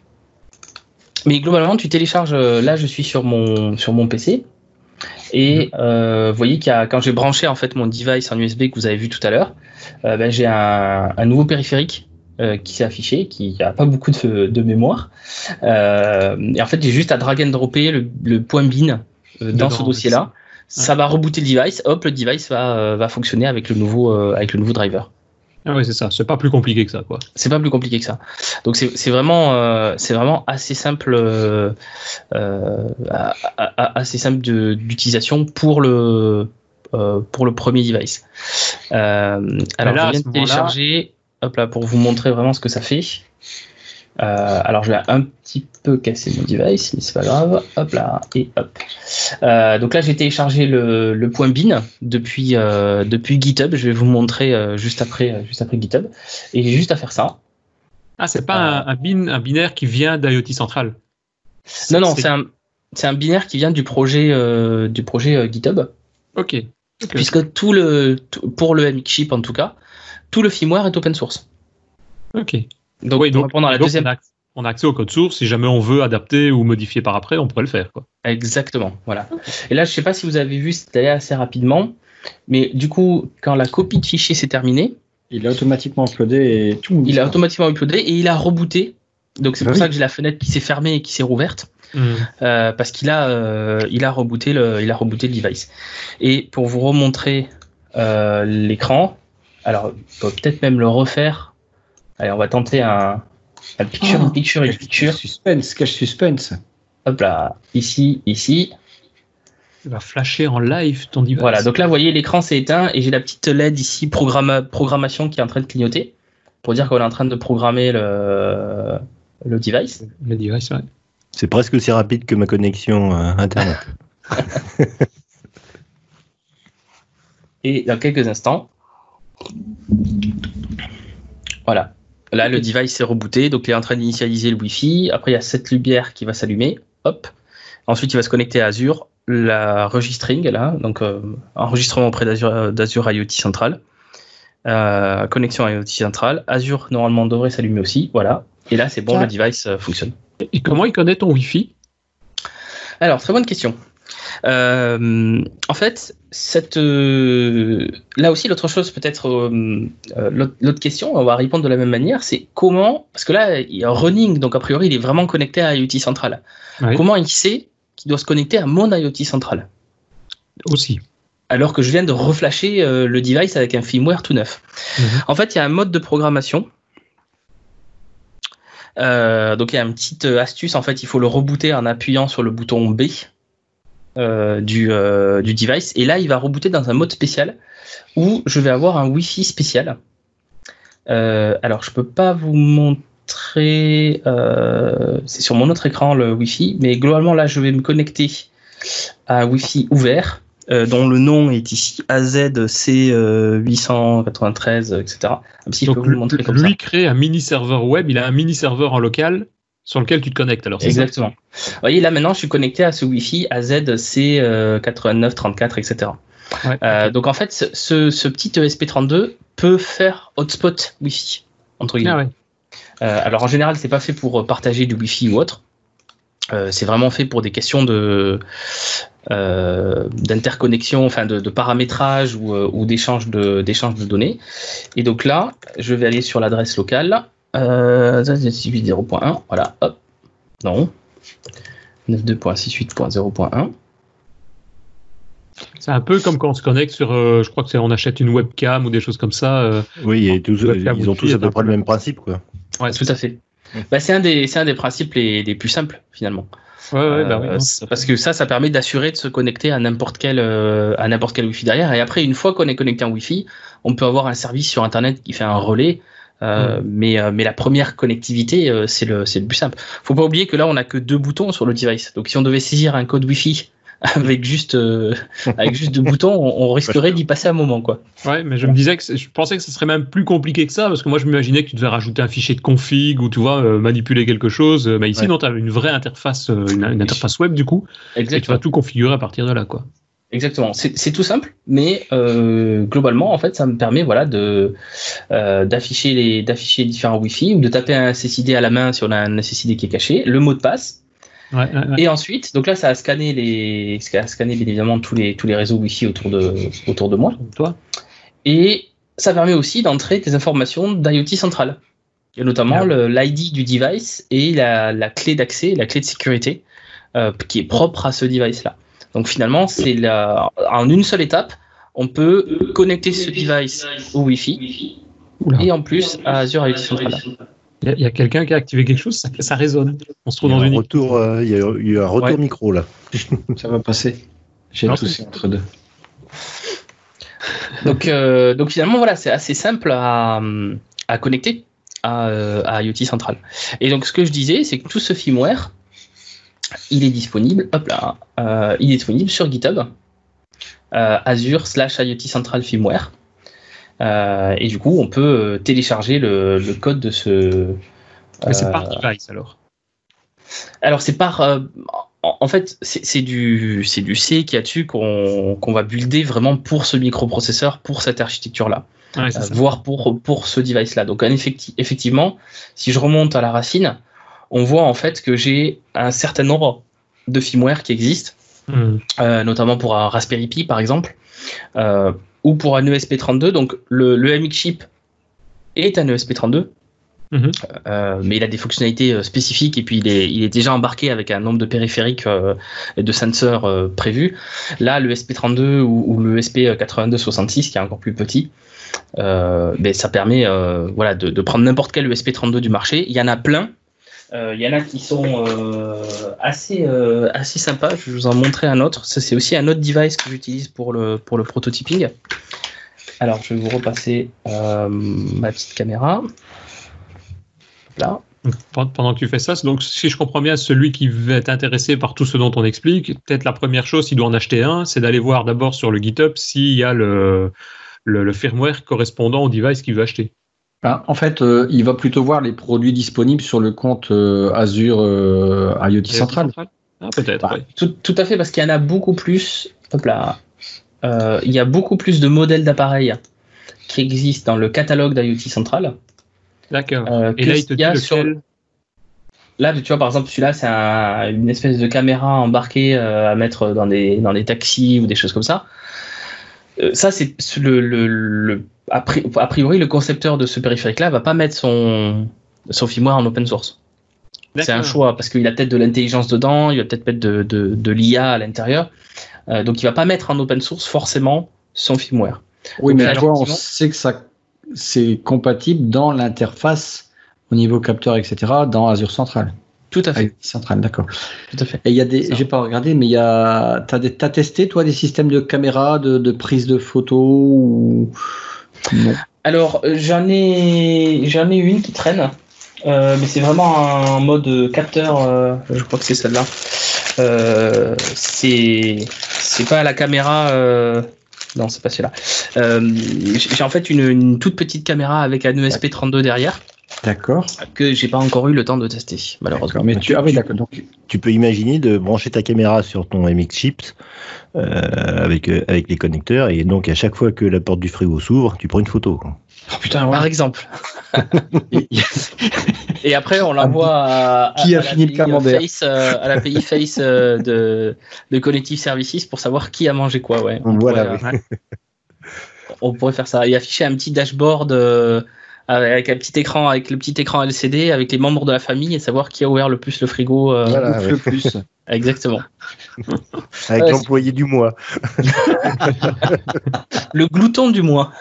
Mais globalement, tu télécharges. Là, je suis sur mon sur mon P C. Et euh, vous voyez qu'il y a, quand j'ai branché en fait mon device en U S B que vous avez vu tout à l'heure, euh, ben, j'ai un, un nouveau périphérique euh, qui s'est affiché, qui n'a pas beaucoup de, de mémoire. Euh, et en fait, j'ai juste à drag and dropper le, le point bin euh, dans ce dossier-là. Ça va rebooter le device. Hop, le device va, euh, va fonctionner avec le nouveau, euh, avec le nouveau driver. Ah oui, c'est ça. C'est pas plus compliqué que ça, quoi. C'est pas plus compliqué que ça. Donc c'est, c'est vraiment, euh, c'est vraiment assez simple, euh, euh, assez simple de, d'utilisation pour le, euh, pour le premier device. Euh, alors là, je viens de télécharger, hop là, pour vous montrer vraiment ce que ça fait. Euh, alors je vais un petit peu casser mon device, mais c'est pas grave. Hop là et hop. Euh, donc là j'ai téléchargé le, le point bin depuis euh, depuis GitHub. Je vais vous montrer euh, juste après euh, juste après GitHub. Et j'ai juste à faire ça. Ah c'est pas euh, un, un bin un binaire qui vient d'IoT Central. C'est, non non c'est... c'est un c'est un binaire qui vient du projet euh, du projet euh, GitHub. Ok. okay. Puisque tout le tout, pour le M X chip en tout cas, tout le firmware est open source. Ok. Donc, oui, donc, répondre à la donc deuxième... on, a, on a accès au code source. Si jamais on veut adapter ou modifier par après, on pourrait le faire, quoi. Exactement, voilà. Et là, je ne sais pas si vous avez vu, c'est allé assez rapidement, mais du coup, quand la copie de fichier s'est terminée, il a automatiquement uploadé et tout. Il a automatiquement uploadé et il a rebooté Donc c'est bah pour oui. ça que j'ai la fenêtre qui s'est fermée et qui s'est rouverte. Mmh. Euh, parce qu'il a, euh, il a rebooté le, il a rebooté le device. Et pour vous remontrer euh, l'écran, alors on peut peut-être même le refaire. Allez, on va tenter un, un picture, Oh, une picture, une cache picture. Suspense, cache suspense. Hop là, ici, ici. Tu vas flasher en live ton device. Voilà, donc là, vous voyez, l'écran s'est éteint et j'ai la petite L E D ici, programma- programmation, qui est en train de clignoter pour dire qu'on est en train de programmer le, le device. Le device, ouais. C'est presque aussi rapide que ma connexion euh, Internet. Et dans quelques instants, voilà. Là, le device est rebooté, donc il est en train d'initialiser le Wi-Fi. Après, il y a cette lumière qui va s'allumer. Hop. Ensuite, il va se connecter à Azure, la registering, là, donc euh, enregistrement auprès d'Azure, d'Azure IoT Central. Euh, connexion IoT Central. Azure, normalement, devrait s'allumer aussi. Voilà. Et là, c'est bon, Ah. le device euh, fonctionne. Et comment il connaît ton Wi-Fi? Alors, très bonne question. Euh, en fait, cette, euh, là aussi, l'autre chose, peut-être, euh, euh, l'autre, l'autre question, on va répondre de la même manière, c'est comment, parce que là, il y a un running, donc a priori, il est vraiment connecté à IoT Central. Oui. Comment il sait qu'il doit se connecter à mon IoT Central? Aussi. Alors que je viens de reflasher euh, le device avec un firmware tout neuf. Mmh. En fait, il y a un mode de programmation. Euh, donc il y a une petite astuce, en fait, il faut le rebooter en appuyant sur le bouton B euh, du, euh, du device, et là il va rebooter dans un mode spécial où je vais avoir un Wi-Fi spécial. Euh, alors je peux pas vous montrer, euh, c'est sur mon autre écran le Wi-Fi, mais globalement là je vais me connecter à un Wi-Fi ouvert. Euh, dont le nom est ici A Z C euh, huit cent quatre-vingt-treize, et cetera. Même si je Donc, peux vous le montrer comme lui ça. crée un mini serveur web, il a un mini serveur en local sur lequel tu te connectes. Alors, c'est Exactement. Vous voyez, là maintenant, je suis connecté à ce Wi-Fi A Z C euh, quatre-vingt-neuf trente-quatre, et cetera. ça ouais, Euh, ok. donc en fait, ce, ce, ce petit E S P trente-deux peut faire hotspot Wi-Fi, entre guillemets. Ah ouais. Euh, alors en général, c'est pas fait pour partager du Wi-Fi ou autre. Euh, c'est vraiment fait pour des questions de euh, d'interconnexion, enfin de, de paramétrage ou, euh, ou d'échange de d'échange de données. Et donc là, je vais aller sur l'adresse locale. Euh, zéro point un, voilà, hop, non, neuf point deux point six huit point zéro point un. C'est un peu comme quand on se connecte sur, euh, je crois que c'est on achète une webcam ou des choses comme ça. euh, Oui, et tous, Webcam ils ont Wi-Fi tous à est peu un près peu- le même principe, quoi. Ouais, Tout à fait. Bah, c'est un des c'est un des principes les, les plus simples finalement. Ouais, ouais, bah oui, Euh, non. c'est- parce que ça, ça permet d'assurer de se connecter à n'importe quel euh, à n'importe quel Wi-Fi derrière. Et après, une fois qu'on est connecté en Wi-Fi, on peut avoir un service sur Internet qui fait un relais. Euh, Mm. mais, euh, mais la première connectivité, euh, c'est le, c'est le plus simple. Faut pas oublier que là, on a que deux boutons sur le device. Donc, si on devait saisir un code Wi-Fi avec juste, euh, avec juste deux boutons, on, on risquerait d'y passer un moment, quoi. Ouais, mais je me disais que c'est- je pensais que ce serait même plus compliqué que ça parce que moi je m'imaginais que tu devais rajouter un fichier de config ou tu vois euh, manipuler quelque chose. Euh, Mais ici Ouais. non, tu as une vraie interface, euh, une, une interface web du coup, et tu Exactement. vas tout configurer à partir de là, quoi. Exactement. C'est c'est tout simple, mais euh, globalement, en fait, ça me permet, voilà, de euh, d'afficher les d'afficher les différents Wi-Fi ou de taper un S S I D à la main si on a un S S I D qui est caché, le mot de passe, Ouais, ouais, ouais. et ensuite, donc là, ça a scanné les, ça a scanné bien évidemment tous les tous les réseaux Wi-Fi autour de autour de moi, Toi. et ça permet aussi d'entrer des informations d'IoT Central, et notamment Ah. le l'I D du device et la la clé d'accès, la clé de sécurité euh, qui est propre à ce device-là. Donc finalement, c'est la, en une seule étape, on peut connecter ce device au Wi-Fi Oula. et en plus à Azure IoT Central. Il y a, il y a quelqu'un qui a activé quelque chose, ça, ça résonne. On se Il trouve y a dans un une. retour, euh, il y a eu il y a eu un retour Ouais. micro, là. Ça va passer. J'ai Non, toussé entre deux. Donc, euh, donc finalement, voilà, c'est assez simple à, à connecter à, euh, à IoT Central. Et donc ce que je disais, c'est que tout ce firmware, il est disponible, hop là, euh, il est disponible sur GitHub, euh, Azure slash IoT Central firmware. Euh, et du coup, on peut euh, télécharger le, le code de ce. Mais c'est euh, par device alors. Alors c'est par, euh, en, en fait, c'est c'est du, c'est du C qu'il y a dessus qu'on qu'on va builder vraiment pour ce microprocesseur, pour cette architecture-là, Ouais, c'est euh, ça. voire pour pour ce device-là. Donc en effecti- effectivement, si je remonte à la racine, on voit en fait que j'ai un certain nombre de firmware qui existent, Hmm. euh, notamment pour un Raspberry Pi par exemple, euh, ou pour un E S P trente-deux. Donc le, le M X chip est un E S P trente-deux. Mmh. Euh, mais il a des fonctionnalités euh, spécifiques et puis il est, il est déjà embarqué avec un nombre de périphériques euh, et de sensors euh, prévus. Là, le E S P trente-deux ou, ou le E S P quatre-vingt-deux soixante-six, qui est encore plus petit, euh, ben, ça permet euh, voilà, de, de prendre n'importe quel E S P trente-deux du marché. Il y en a plein. Euh, il y en a qui sont euh, assez, euh, assez sympas. Je vais vous en montrer un autre. Ça, c'est aussi un autre device que j'utilise pour le, pour le prototyping. Alors, je vais vous repasser euh, ma petite caméra. Là. Pendant que tu fais ça, donc si je comprends bien, celui qui va être intéressé par tout ce dont on explique, peut-être la première chose, s'il doit en acheter un, c'est d'aller voir d'abord sur le GitHub s'il y a le, le, le firmware correspondant au device qu'il veut acheter. Ben, en fait, euh, il va plutôt voir les produits disponibles sur le compte euh, Azure euh, IoT Central. Ah, peut-être, bah, oui. Tout, tout à fait, parce qu'il y en a beaucoup plus. Hop là. Euh, il y a beaucoup plus de modèles d'appareils qui existent dans le catalogue d'IoT Central. D'accord. Euh, Et là, il te dit lequel sur... Là, tu vois, par exemple, celui-là, c'est un, une espèce de caméra embarquée euh, à mettre dans des, dans des taxis ou des choses comme ça. Euh, ça, c'est le, le, le a priori, le concepteur de ce périphérique-là va pas mettre son, son firmware en open source. C'est un choix parce qu'il a peut-être de l'intelligence dedans, il va peut-être mettre de, de, de l'I A à l'intérieur. Euh, donc, il va pas mettre en open source forcément son firmware. Oui, donc, mais toi, on sait que ça, c'est compatible dans l'interface au niveau capteur, et cetera, dans Azure Central. Tout à fait. IoT Central, d'accord. Tout à fait. Et il y a des, j'ai pas regardé, mais il y a, t'as, des, t'as testé toi des systèmes de caméra, de, de prise de photos ou non? Alors j'en ai, j'en ai une qui traîne, euh, mais c'est vraiment un mode capteur. Euh, je crois que c'est celle-là. Euh, c'est, c'est pas la caméra. Euh, non, c'est pas celui-là. Euh, j'ai en fait une, une toute petite caméra avec un E S P trente-deux derrière. D'accord. Que j'ai pas encore eu le temps de tester, malheureusement. Mais tu, ah oui, d'accord. Donc, tu peux imaginer de brancher ta caméra sur ton M X Chips euh, avec, euh, avec les connecteurs et donc à chaque fois que la porte du frigo s'ouvre, tu prends une photo. Quoi. Oh putain, ouais. Par exemple. Et après, on l'envoie à, à, qui a à fini le camembert face, euh, à l'A P I Face euh, de, de Connective Services pour savoir qui a mangé quoi. Ouais. On, voilà, pourrait, oui. ouais. On pourrait faire ça et afficher un petit dashboard. Euh, avec un petit écran, avec le petit écran L C D, avec les membres de la famille et savoir qui a ouvert le plus le frigo. Euh, voilà, le plus. Exactement. Avec ouais, l'employé du mois. Le glouton du mois.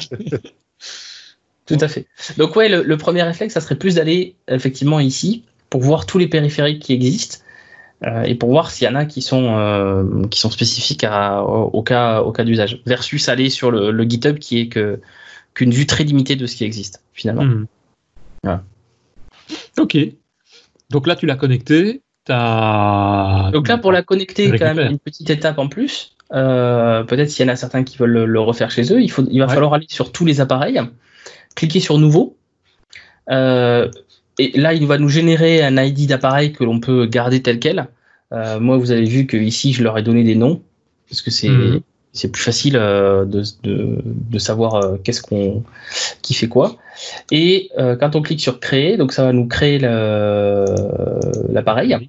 Tout à fait. Donc ouais, le, le premier réflexe, ça serait plus d'aller effectivement ici pour voir tous les périphériques qui existent euh, et pour voir s'il y en a qui sont euh, qui sont spécifiques à, au, au cas au cas d'usage. Versus aller sur le, le GitHub qui est que qu'une vue très limitée de ce qui existe, finalement. Mmh. Voilà. Ok. Donc là, tu l'as connecté. T'as... Donc là, pour la connecter, quand même, une petite étape en plus. Euh, peut-être s'il y en a certains qui veulent le, le refaire chez eux, il, faut, il va ouais. falloir aller sur tous les appareils, cliquer sur Nouveau. Euh, et là, il va nous générer un I D d'appareil que l'on peut garder tel quel. Euh, moi, vous avez vu que ici, je leur ai donné des noms, parce que c'est... Mmh. C'est plus facile euh, de, de, de savoir euh, qu'est-ce qu'on, qui fait quoi. Et euh, quand on clique sur créer, donc ça va nous créer le, l'appareil.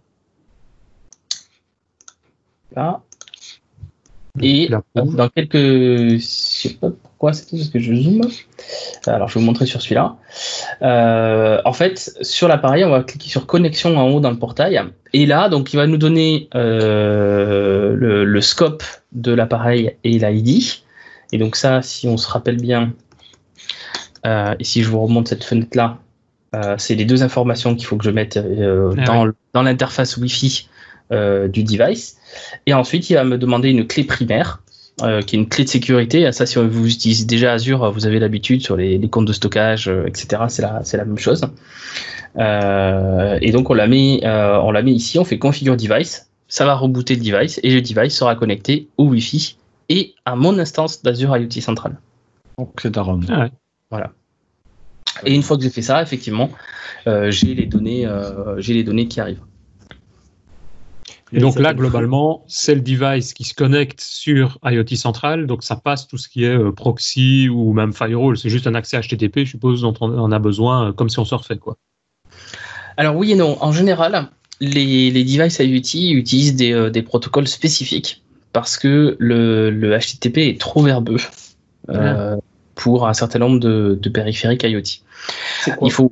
Là. Et dans quelques, je sais pas pourquoi c'est tout parce que je zoome. Alors je vais vous montrer sur celui-là. Euh, en fait, sur l'appareil, on va cliquer sur connexion en haut dans le portail. Et là, donc il va nous donner euh, le, le scope de l'appareil et l'I D. Et donc ça, si on se rappelle bien, euh, et si je vous remonte cette fenêtre-là, euh, c'est les deux informations qu'il faut que je mette euh, ah dans, ouais. dans l'interface Wi-Fi euh, du device. Et ensuite, il va me demander une clé primaire, euh, qui est une clé de sécurité. Ça, si vous utilisez déjà Azure, vous avez l'habitude sur les, les comptes de stockage, euh, et cetera. C'est la, c'est la même chose. Euh, et donc, on la met, euh, on la met ici. On fait configure device. Ça va rebooter le device et le device sera connecté au Wi-Fi et à mon instance d'Azure IoT Central. Donc, c'est un ROM. Ah ouais. Voilà. Et une fois que j'ai fait ça, effectivement, euh, j'ai les données, euh, j'ai les données qui arrivent. Et donc là, globalement, c'est le device qui se connecte sur IoT Central, donc ça passe tout ce qui est euh, proxy ou même firewall. C'est juste un accès H T T P, je suppose, dont on en a besoin, euh, comme si on surfait, quoi. Alors oui et non. En général, les, les devices IoT utilisent des, euh, des protocoles spécifiques parce que le, le H T T P est trop verbeux euh, ouais. pour un certain nombre de, de périphériques IoT. Il faut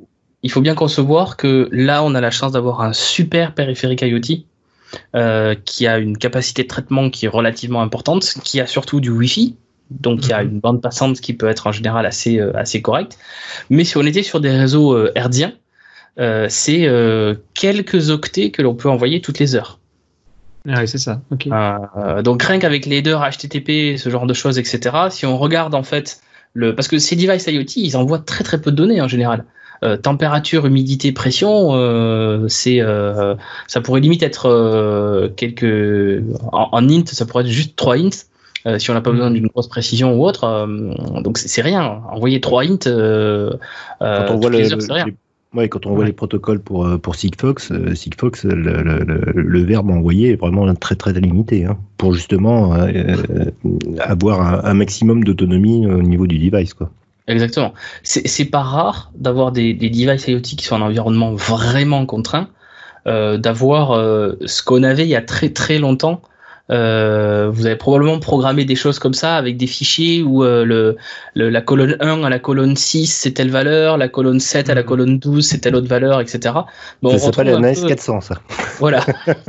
il faut bien concevoir que là, on a la chance d'avoir un super périphérique IoT euh, qui a une capacité de traitement qui est relativement importante, qui a surtout du Wi-Fi, donc il y a une bande passante qui peut être en général assez, euh, assez correcte. Mais si on était sur des réseaux euh, hertziens, euh, c'est euh, quelques octets que l'on peut envoyer toutes les heures. Ah oui, c'est ça. Okay. Euh, donc rien qu'avec les headers H T T P, ce genre de choses, et cetera. Si on regarde en fait le, parce que ces devices IoT, ils envoient très très peu de données en général. Euh, température, humidité, pression, euh, c'est, euh, ça pourrait limite être euh, quelques en, en int, ça pourrait être juste trois ints euh, si on n'a pas besoin d'une grosse précision ou autre. Euh, donc c'est, c'est rien. Envoyer trois ints euh, quand on euh, voit toutes le, les heures, c'est rien. Les... Ouais, quand on voit ouais. les protocoles pour, pour Sigfox, euh, Sigfox le, le, le, le verbe envoyé est vraiment très très limité hein, pour justement euh, avoir un, un maximum d'autonomie au niveau du device, quoi. Exactement. C'est, c'est pas rare d'avoir des, des devices IoT qui sont en environnement vraiment contraint, euh, d'avoir euh, ce qu'on avait il y a très très longtemps. Euh, vous avez probablement programmé des choses comme ça avec des fichiers où euh, le, le, la colonne un à la colonne six c'est telle valeur, la colonne sept à la colonne douze c'est telle autre valeur, et cetera. Bon, ça s'appelle un A S quatre cents, ça. Voilà.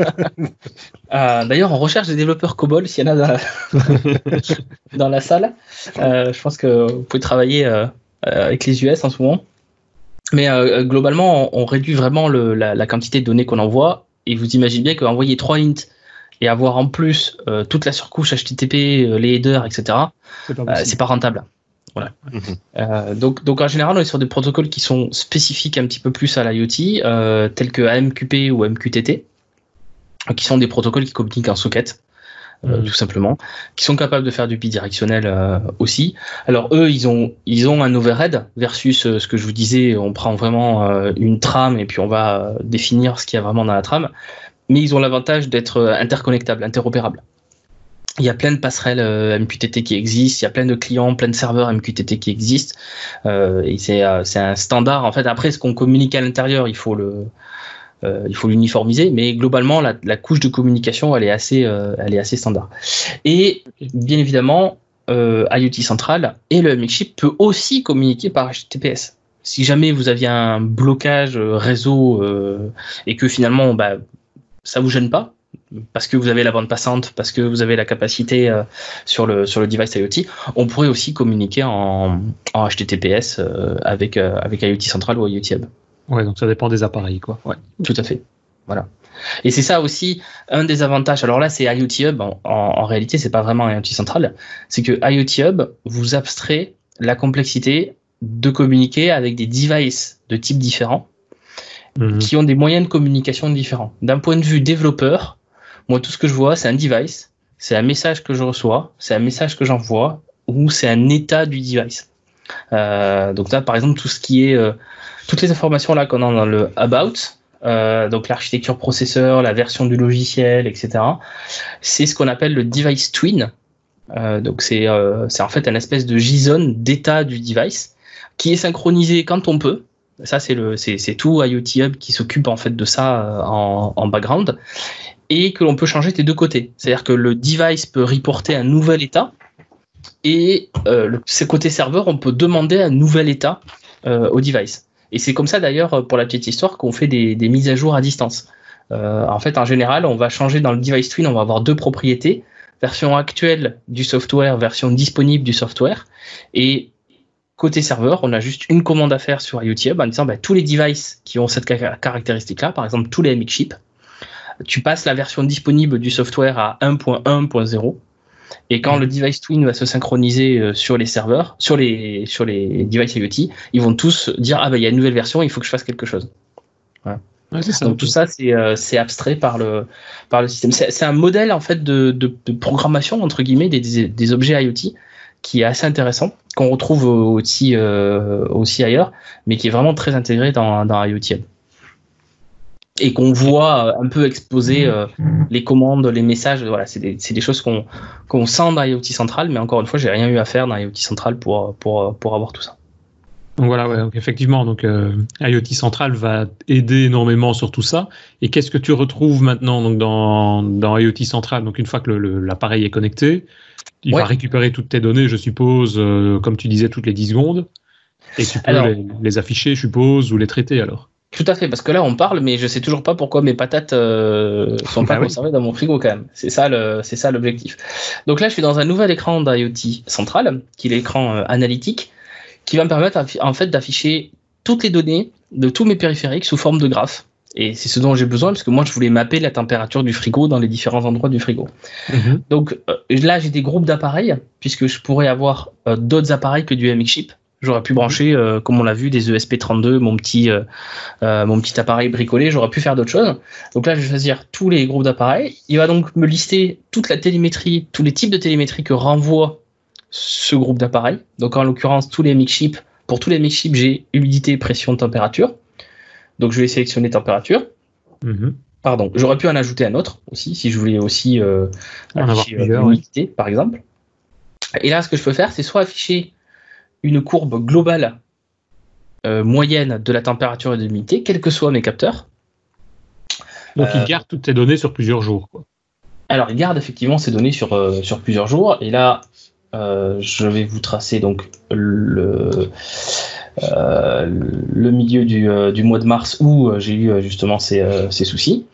euh, d'ailleurs, on recherche des développeurs COBOL s'il y en a dans la, dans la salle. Euh, je pense que vous pouvez travailler euh, avec les U S en ce moment. Mais euh, globalement, on, on réduit vraiment le, la, la quantité de données qu'on envoie. Et vous imaginez bien qu'envoyer trois ints et avoir en plus euh, toute la surcouche H T T P, euh, les headers, et cetera, c'est pas, euh, c'est pas rentable. Voilà. Mm-hmm. Euh, donc, donc en général, on est sur des protocoles qui sont spécifiques un petit peu plus à l'IoT, euh, tels que A M Q P ou M Q T T, qui sont des protocoles qui communiquent en socket, euh, mm-hmm. tout simplement, qui sont capables de faire du bidirectionnel euh, aussi. Alors eux, ils ont, ils ont un overhead versus euh, ce que je vous disais, on prend vraiment euh, une trame et puis on va euh, définir ce qu'il y a vraiment dans la trame. Mais ils ont l'avantage d'être interconnectables, interopérables. Il y a plein de passerelles euh, M Q T T qui existent, il y a plein de clients, plein de serveurs M Q T T qui existent. Euh, et c'est, euh, c'est un standard. En fait, après, ce qu'on communique à l'intérieur, il faut le, euh, il faut l'uniformiser. Mais globalement, la, la couche de communication, elle est assez, euh, elle est assez standard. Et bien évidemment, euh, IoT Central et le M X Chip peut aussi communiquer par H T T P S. Si jamais vous aviez un blocage réseau euh, et que finalement, bah, ça vous gêne pas parce que vous avez la bande passante, parce que vous avez la capacité euh, sur le sur le device IoT, on pourrait aussi communiquer en, en H T T P S euh, avec euh, avec IoT Central ou IoT Hub. Ouais, donc ça dépend des appareils, quoi. Ouais. Tout à fait. Voilà. Et c'est ça aussi un des avantages. Alors là, c'est IoT Hub. En, en, en réalité, c'est pas vraiment IoT Central. C'est que IoT Hub vous abstrait la complexité de communiquer avec des devices de types différents. Mmh. Qui ont des moyens de communication différents. D'un point de vue développeur, moi, tout ce que je vois, c'est un device, c'est un message que je reçois, c'est un message que j'envoie, ou c'est un état du device. Euh, donc là, par exemple, tout ce qui est, euh, toutes les informations là qu'on a dans le about, euh, donc l'architecture processeur, la version du logiciel, et cetera, c'est ce qu'on appelle le device twin. Euh, donc c'est, euh, c'est en fait un espèce de JSON d'état du device qui est synchronisé quand on peut. Ça, c'est le, c'est, c'est tout IoT Hub qui s'occupe en fait de ça euh, en, en background et que l'on peut changer des deux côtés. C'est-à-dire que le device peut reporter un nouvel état et euh, le, ce côté serveur, on peut demander un nouvel état euh, au device. Et c'est comme ça d'ailleurs pour la petite histoire qu'on fait des, des mises à jour à distance. Euh, en fait, en général, on va changer dans le device twin, on va avoir deux propriétés, version actuelle du software, version disponible du software, et côté serveur, on a juste une commande à faire sur IoT Hub en disant bah, tous les devices qui ont cette caractéristique-là, par exemple tous les M X Chip, tu passes la version disponible du software à un point un point zéro et quand mmh. le device twin va se synchroniser sur les serveurs, sur les, sur les devices IoT, ils vont tous dire ah bah il y a une nouvelle version, il faut que je fasse quelque chose. Voilà. Ouais, c'est ça. Donc tout ça c'est, euh, c'est abstrait par le, par le système. C'est, c'est un modèle en fait de, de, de programmation entre guillemets des, des, des objets IoT qui est assez intéressant, qu'on retrouve aussi, euh, aussi ailleurs, mais qui est vraiment très intégré dans, dans IoT Hub. Et qu'on voit un peu exposer euh, les commandes, les messages, voilà, c'est des, c'est des choses qu'on, qu'on sent dans IoT Central, mais encore une fois, j'ai rien eu à faire dans IoT Central pour, pour, pour avoir tout ça. Donc voilà, ouais, donc effectivement, donc euh, IoT Central va aider énormément sur tout ça. Et qu'est-ce que tu retrouves maintenant donc dans, dans IoT Central? Donc une fois que le, le, l'appareil est connecté, il ouais. va récupérer toutes tes données, je suppose, euh, comme tu disais, toutes les dix secondes. Et tu peux Alors, les, les afficher, je suppose, ou les traiter alors. Tout à fait, parce que là on parle, mais je sais toujours pas pourquoi mes patates euh, sont pas Ah oui. conservées dans mon frigo quand même. C'est ça le, c'est ça l'objectif. Donc là, je suis dans un nouvel écran d'IoT central, qui est l'écran euh, analytique, qui va me permettre en fait d'afficher toutes les données de tous mes périphériques sous forme de graphes. Et c'est ce dont j'ai besoin, parce que moi je voulais mapper la température du frigo dans les différents endroits du frigo. Mm-hmm. Donc euh, là, j'ai des groupes d'appareils, puisque je pourrais avoir euh, d'autres appareils que du M X Chip. J'aurais pu brancher, euh, comme on l'a vu, des E S P trente-deux, mon petit, euh, euh, mon petit appareil bricolé. J'aurais pu faire d'autres choses. Donc là, je vais choisir tous les groupes d'appareils. Il va donc me lister toute la télémétrie, tous les types de télémétrie que renvoie ce groupe d'appareils. Donc en l'occurrence, tous les M X Chip. Pour tous les M X Chip, j'ai humidité, pression, température. Donc je vais sélectionner température. Mm-hmm. Pardon. J'aurais pu en ajouter un autre aussi, si je voulais aussi euh, En afficher avoir plusieurs, l'humidité, ouais. Par exemple. Et là, ce que je peux faire, c'est soit afficher une courbe globale euh, moyenne de la température et de l'humidité, quels que soient mes capteurs. Donc euh, il garde toutes tes données sur plusieurs jours, quoi. Alors il garde effectivement ces données sur, euh, sur plusieurs jours. Et là, euh, je vais vous tracer donc le, euh, le milieu du, euh, du mois de mars où euh, j'ai eu euh, justement ces, euh, ces soucis.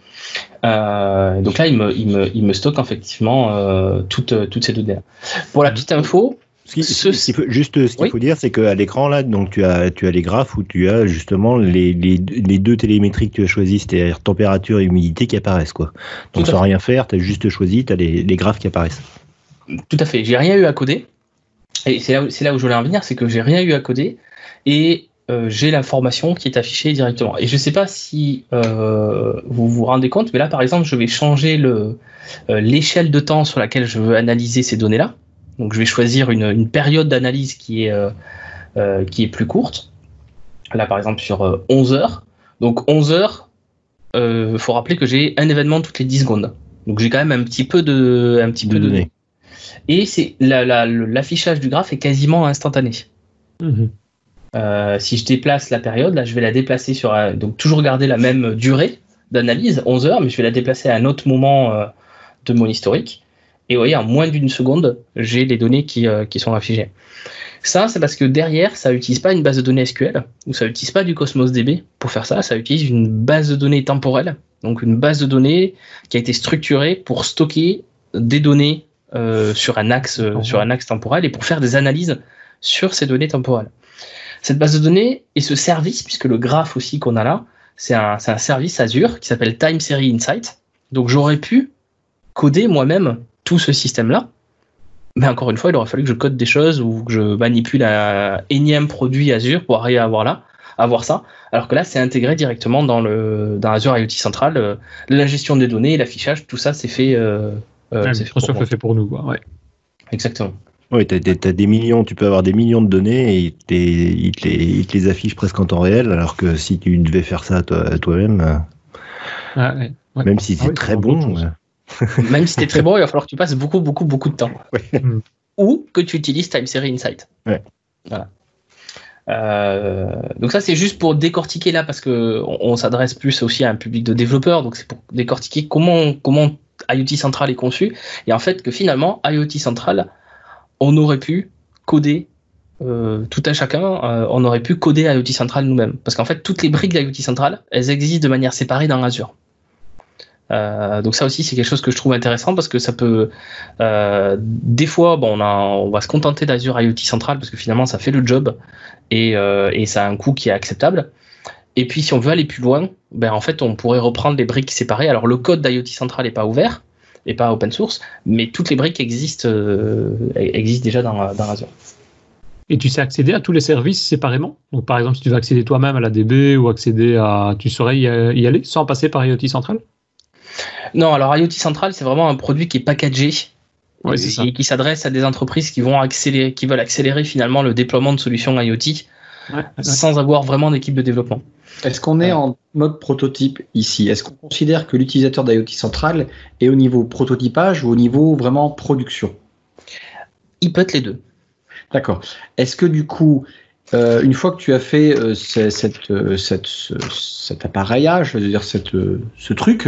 Euh, donc là, il me, il me, il me stocke effectivement euh, toutes, toutes ces données-là. Pour la petite info, Ce qui, Ce- ce qu'il faut, juste ce qu'il Oui. faut dire, c'est qu'à l'écran, là, donc tu as, tu as les graphes où tu as justement les, les, les deux télémétries que tu as choisies, c'est-à-dire température et humidité qui apparaissent, quoi. Donc Tout à sans fait. rien faire, tu as juste choisi, tu as les, les graphes qui apparaissent. Tout à fait. J'ai rien eu à coder. Et c'est là, où- c'est là où je voulais en venir, c'est que j'ai rien eu à coder et euh, j'ai l'information qui est affichée directement. Et je ne sais pas si euh, vous vous rendez compte, mais là, par exemple, je vais changer le, euh, l'échelle de temps sur laquelle je veux analyser ces données-là. Donc, je vais choisir une, une période d'analyse qui est, euh, euh, qui est plus courte. Là, par exemple, sur euh, onze heures. Donc, onze heures, il euh, faut rappeler que j'ai un événement toutes les dix secondes. Donc, j'ai quand même un petit peu de, un petit De peu de données. données. Et c'est la, la, le- l'affichage du graphe est quasiment instantané. Mm-hmm. Euh, si je déplace la période, là, je vais la déplacer sur un, donc toujours garder la même durée d'analyse, onze heures, mais je vais la déplacer à un autre moment euh, de mon historique. Et vous voyez, en moins d'une seconde, j'ai les données qui, euh, qui sont affichées. Ça, c'est parce que derrière, ça n'utilise pas une base de données S Q L, ou ça n'utilise pas du Cosmos D B pour faire ça, ça utilise une base de données temporelle, donc une base de données qui a été structurée pour stocker des données euh, sur, un axe, euh, Oh. sur un axe temporel et pour faire des analyses sur ces données temporelles. Cette base de données et ce service, puisque le graphe aussi qu'on a là, c'est un, c'est un service Azure qui s'appelle Time Series Insight. Donc j'aurais pu coder moi-même tout ce système-là, mais encore une fois, il aurait fallu que je code des choses ou que je manipule un énième produit Azure pour arriver à avoir là, avoir ça. Alors que là, c'est intégré directement dans le dans Azure IoT Central. Euh, la gestion des données, l'affichage, tout ça, c'est fait. Euh, euh, Ouais, c'est fait pour Microsoft moi. le fait pour nous, quoi. Ouais. Exactement. Oui, tu as des millions, tu peux avoir des millions de données et il te les, il te les, il te les affiche presque en temps réel, alors que si tu devais faire ça toi- toi-même, euh, Ah, ouais. Ouais. même si Ah c'est oui, très c'est vraiment bon, autre chose. euh, Même si t'es très bon, il va falloir que tu passes beaucoup, beaucoup, beaucoup de temps. Mm. Ou que tu utilises Time Series Insight. Ouais. Voilà. Euh, donc ça, c'est juste pour décortiquer là, parce que on, on s'adresse plus aussi à un public de développeurs, donc c'est pour décortiquer comment, comment IoT Central est conçu, et en fait que finalement, IoT Central, on aurait pu coder euh, tout un chacun, euh, on aurait pu coder IoT Central nous-mêmes. Parce qu'en fait, toutes les briques d'IoT Central, elles existent de manière séparée dans Azure. Euh, donc ça aussi, c'est quelque chose que je trouve intéressant parce que ça peut... Euh, des fois, bon, on, a, on va se contenter d'Azure IoT Central parce que finalement, ça fait le job et, euh, et ça a un coût qui est acceptable. Et puis, si on veut aller plus loin, ben, en fait, on pourrait reprendre les briques séparées. Alors, le code d'IoT Central n'est pas ouvert et pas open source, mais toutes les briques existent, euh, existent déjà dans, dans Azure. Et tu sais accéder à tous les services séparément. Donc, par exemple, si tu veux accéder toi-même à la D B ou accéder à... Tu saurais y, y aller sans passer par IoT Central? Non, alors IoT Central, c'est vraiment un produit qui est packagé Ouais, et, c'est ça. et qui s'adresse à des entreprises qui vont accélérer, qui veulent accélérer finalement le déploiement de solutions IoT Ouais, ouais. sans avoir vraiment d'équipe de développement. Est-ce qu'on est Ouais. en mode prototype ici? Est-ce qu'on considère que l'utilisateur d'IoT Central est au niveau prototypage ou au niveau vraiment production? Il peut être les deux. D'accord. Est-ce que du coup, euh, une fois que tu as fait euh, ce- cette, euh, cette, ce- cet appareillage, je veux dire cette, euh, ce truc,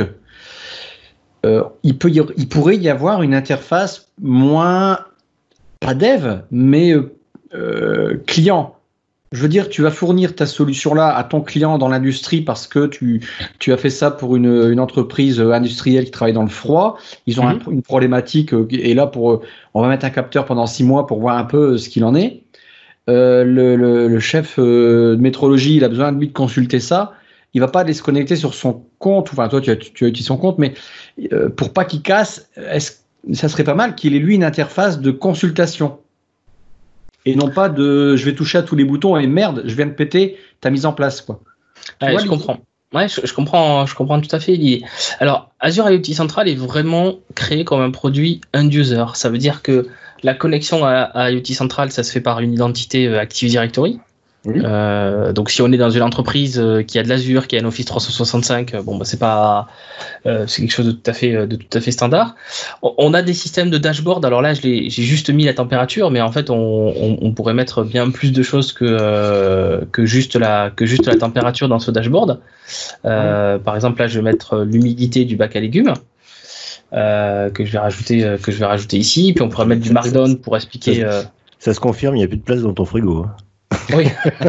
euh, il, peut y, il pourrait y avoir une interface moins, pas dev, mais euh, euh, client. Je veux dire, tu vas fournir ta solution-là à ton client dans l'industrie parce que tu, tu as fait ça pour une, une entreprise industrielle qui travaille dans le froid. Ils ont mm-hmm. un, une problématique et là, pour, on va mettre un capteur pendant six mois pour voir un peu ce qu'il en est. Euh, le, le, le chef euh, de métrologie, il a besoin de lui de consulter ça. Il va pas aller se connecter sur son compte. Enfin, toi, tu as, tu as utilisé son compte, mais euh, pour pas qu'il casse, est-ce, ça serait pas mal qu'il ait lui une interface de consultation. Et non pas de je vais toucher à tous les boutons et merde, je viens de péter ta mise en place, quoi. Ouais, vois, je comprends. Ouais, je, je comprends, je comprends tout à fait. Lié. Alors, Azure IoT Central est vraiment créé comme un produit end-user. Ça veut dire que la connexion à, à IoT Central, ça se fait par une identité Active Directory. Oui. Euh, donc si on est dans une entreprise qui a de l'Azure, qui a un Office trois cent soixante-cinq, bon bah c'est pas, euh, c'est quelque chose de tout à fait, de tout à fait standard. On a des systèmes de dashboard. Alors là, je l'ai, j'ai juste mis la température, mais en fait, on, on, on pourrait mettre bien plus de choses que euh, que juste la que juste la température dans ce dashboard. Euh, oui. Par exemple, là, je vais mettre l'humidité du bac à légumes. Euh, que je vais rajouter, euh, que je vais rajouter ici. Puis on pourrait mettre du Markdown pour expliquer. Ça, euh... ça se confirme, il n'y a plus de place dans ton frigo. Oui.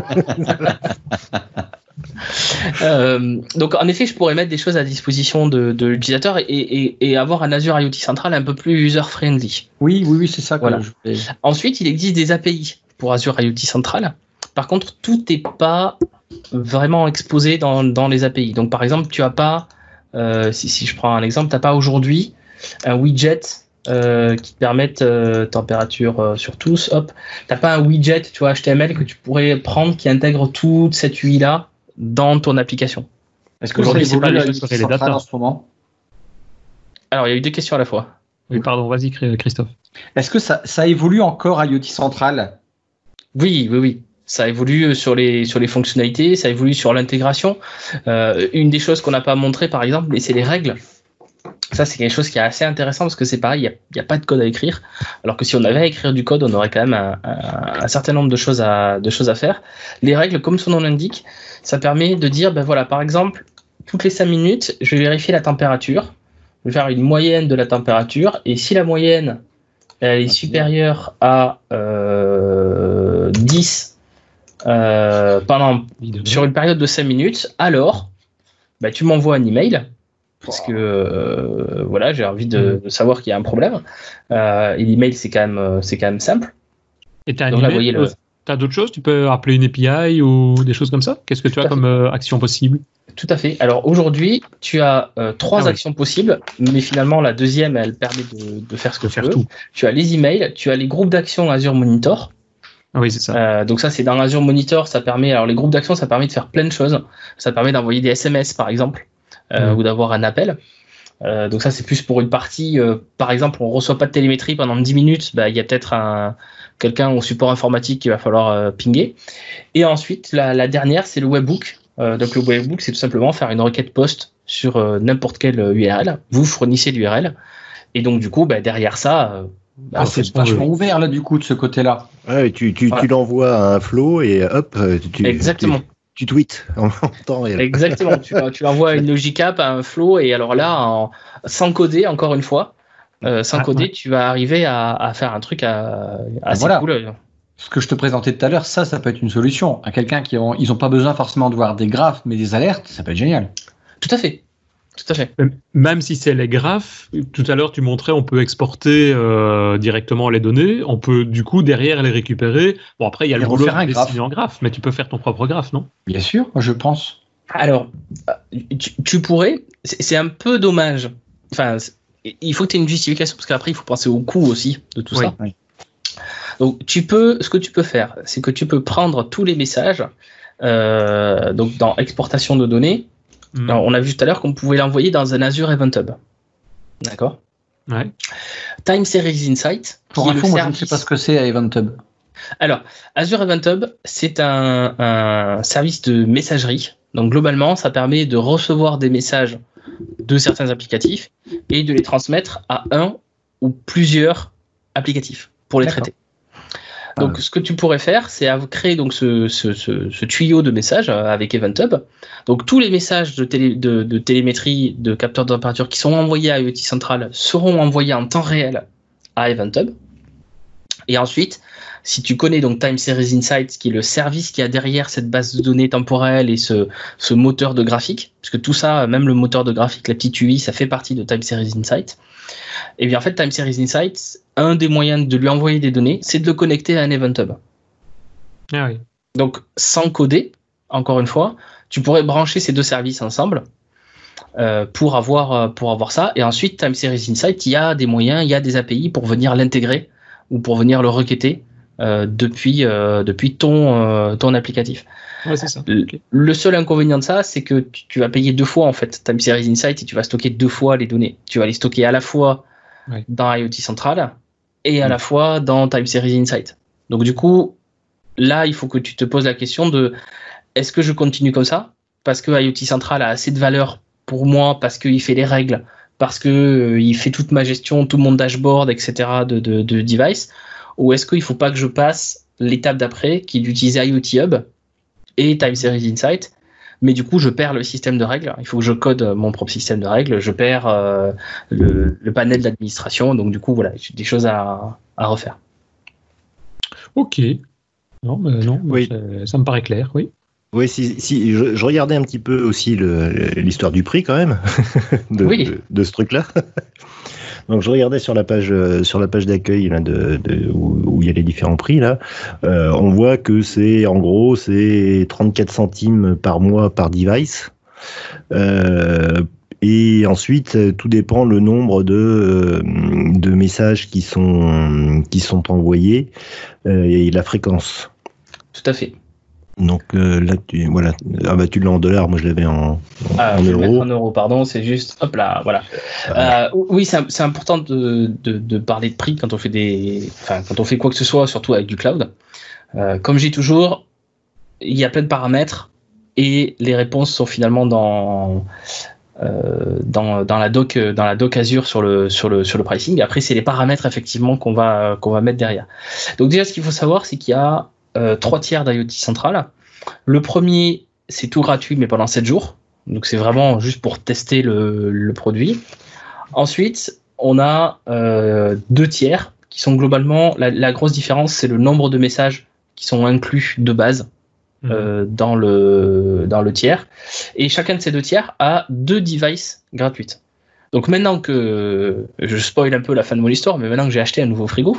euh, donc en effet, je pourrais mettre des choses à disposition de, de l'utilisateur et, et, et avoir un Azure IoT Central un peu plus user-friendly. Oui, oui, oui, c'est ça. Voilà. Je... Ensuite, il existe des A P I pour Azure IoT Central. Par contre, tout n'est pas vraiment exposé dans, dans les A P I. Donc par exemple, tu n'as pas, euh, si, si je prends un exemple, tu n'as pas aujourd'hui un widget Euh, qui te permettent euh, température euh, sur tous. Hop, t'as pas un widget, tu vois, H T M L que tu pourrais prendre qui intègre toute cette U I là dans ton application. Est-ce que aujourd'hui c'est pas les choses les data en ce moment? Alors il y a eu deux questions à la fois. Oui, pardon, vas-y Christophe. Est-ce que ça, ça évolue encore IoT Central? Oui, oui, oui. Ça évolue sur les sur les fonctionnalités, ça évolue sur l'intégration. Euh, une des choses qu'on n'a pas montré par exemple, c'est les règles. Ça, c'est quelque chose qui est assez intéressant parce que c'est pareil, il n'y a, a pas de code à écrire. Alors que si on avait à écrire du code, on aurait quand même un, un, un certain nombre de choses, à, de choses à faire. Les règles, comme son nom l'indique, ça permet de dire, ben voilà, par exemple, toutes les cinq minutes, je vais vérifier la température. Je vais faire une moyenne de la température. Et si la moyenne elle est supérieure à euh, dix euh, pendant, sur une période de cinq minutes, alors ben, tu m'envoies un email. Parce que euh, voilà, j'ai envie de, de savoir qu'il y a un problème. Euh, et l'email, c'est quand même, c'est quand même simple. Et t'as un email, le... t'as d'autres choses? Tu peux appeler une A P I ou des choses comme ça? Qu'est-ce que tu as comme euh, action possible? Tout à fait. Alors aujourd'hui, tu as euh, trois ah, actions oui. possibles, mais finalement la deuxième, elle permet de, de faire ce que tu veux. Tout. Tu as les emails, tu as les groupes d'actions Azure Monitor. Ah oui, c'est ça. Euh, donc ça, c'est dans Azure Monitor, ça permet. Alors les groupes d'actions, ça permet de faire plein de choses. Ça permet d'envoyer des S M S, par exemple. Euh, mmh. Ou d'avoir un appel. Euh, donc ça, c'est plus pour une partie. Euh, par exemple, on ne reçoit pas de télémétrie pendant dix minutes. Bah, il y a peut-être un, quelqu'un au support informatique qu'il va falloir euh, pinguer. Et ensuite, la, la dernière, c'est le webhook. Euh, donc le webhook, c'est tout simplement faire une requête post sur euh, n'importe quelle U R L. Vous fournissez l'U R L. Et donc, du coup, bah, derrière ça... Euh, bah, ah, c'est vachement ouvert, là, du coup, de ce côté-là. Ouais, tu, tu, voilà. tu l'envoies à un flow et hop... Tu, Exactement. Tu... Tu tweets en temps réel. Exactement. tu, tu envoies une logic app à un flow et alors là, en, sans coder, encore une fois, euh, sans ah, coder, ouais. tu vas arriver à, à faire un truc à, assez voilà. cool. Ce que je te présentais tout à l'heure, ça, ça peut être une solution. À quelqu'un qui ont, ils n'ont pas besoin forcément de voir des graphes, mais des alertes, ça peut être génial. Tout à fait. Tout à fait. Même si c'est les graphes, tout à l'heure tu montrais, on peut exporter euh, directement les données, on peut du coup derrière les récupérer. Bon après il y a et le boulot de dessiner en graphe, mais tu peux faire ton propre graphe, non? Bien sûr, je pense. Alors, tu, tu pourrais, c'est, c'est un peu dommage. Enfin, il faut que tu aies une justification parce qu'après il faut penser au coût aussi de tout oui, ça. Oui. Donc tu peux, ce que tu peux faire, c'est que tu peux prendre tous les messages, euh, donc dans exportation de données. Mmh. Alors, on a vu tout à l'heure qu'on pouvait l'envoyer dans un Azure Event Hub. D'accord. Ouais. Time Series Insight. Pour info, moi je ne sais pas ce que c'est à Event Hub. Alors, Azure Event Hub, c'est un, un service de messagerie. Donc globalement, ça permet de recevoir des messages de certains applicatifs et de les transmettre à un ou plusieurs applicatifs pour les D'accord. traiter. Donc, ah. ce que tu pourrais faire, c'est créer donc ce, ce, ce, ce tuyau de messages avec Event Hub. Donc, tous les messages de, télé, de, de télémétrie, de capteurs de température qui sont envoyés à IoT Central seront envoyés en temps réel à Event Hub. Et ensuite, Si tu connais donc Time Series Insights, qui est le service qui a derrière cette base de données temporelle et ce, ce moteur de graphique, parce que tout ça, même le moteur de graphique, la petite U I, ça fait partie de Time Series Insights. Et bien en fait, Time Series Insights, un des moyens de lui envoyer des données, c'est de le connecter à un Event Hub. Ah oui. Donc sans coder, encore une fois, tu pourrais brancher ces deux services ensemble. Euh, pour avoir pour avoir ça, et ensuite Time Series Insight, il y a des moyens, il y a des A P I pour venir l'intégrer ou pour venir le requêter euh, depuis euh, depuis ton euh, ton applicatif. Ouais, c'est ça. Okay. Le seul inconvénient de ça, c'est que tu, tu vas payer deux fois en fait Time Series Insight et tu vas stocker deux fois les données. Tu vas les stocker à la fois ouais. dans IoT Central et à mmh. la fois dans Time Series Insight. Donc du coup, là, il faut que tu te poses la question de est-ce que je continue comme ça parce que IoT Central a assez de valeur pour moi, parce qu'il fait les règles, parce qu'il euh, fait toute ma gestion, tout mon dashboard, et cetera de, de, de device, ou est-ce qu'il ne faut pas que je passe l'étape d'après, qui est d'utiliser IoT Hub et Time Series Insight, mais du coup, je perds le système de règles, il faut que je code mon propre système de règles, je perds euh, le, le panel d'administration, donc du coup, voilà, j'ai des choses à, à refaire. Ok. Non, mais non, oui. ça, ça me paraît clair, oui. Oui, si, si je, je regardais un petit peu aussi le, l'histoire du prix quand même de, oui. de, de ce truc-là. Donc je regardais sur la page sur la page d'accueil là, de, de où, où il y a les différents prix là. Euh, on voit que c'est en gros c'est trente-quatre centimes par mois par device. Euh, et ensuite tout dépend le nombre de de messages qui sont qui sont envoyés euh, et la fréquence. Tout à fait. Donc euh, là, tu, voilà. Ah bah, tu l'as en dollars, moi je l'avais en, en, ah, en je euros. vais mettre en euros, pardon, c'est juste, hop là, voilà. Euh, oui, c'est, c'est important de, de, de parler de prix quand on fait des, enfin, quand on fait quoi que ce soit, surtout avec du cloud. Euh, comme je dis toujours, il y a plein de paramètres et les réponses sont finalement dans, euh, dans, dans la doc, dans la doc Azure sur le, sur le, sur le pricing. Après, c'est les paramètres effectivement qu'on va, qu'on va mettre derrière. Donc déjà, ce qu'il faut savoir, c'est qu'il y a Euh, trois tiers d'IoT Central. Le premier, c'est tout gratuit, mais pendant sept jours. Donc, c'est vraiment juste pour tester le, le produit. Ensuite, on a euh, deux tiers qui sont globalement... La, la grosse différence, c'est le nombre de messages qui sont inclus de base mmh. euh, dans, le, dans le tiers. Et chacun de ces deux tiers a deux devices gratuites. Donc maintenant que, je spoil un peu la fin de mon histoire, mais maintenant que j'ai acheté un nouveau frigo,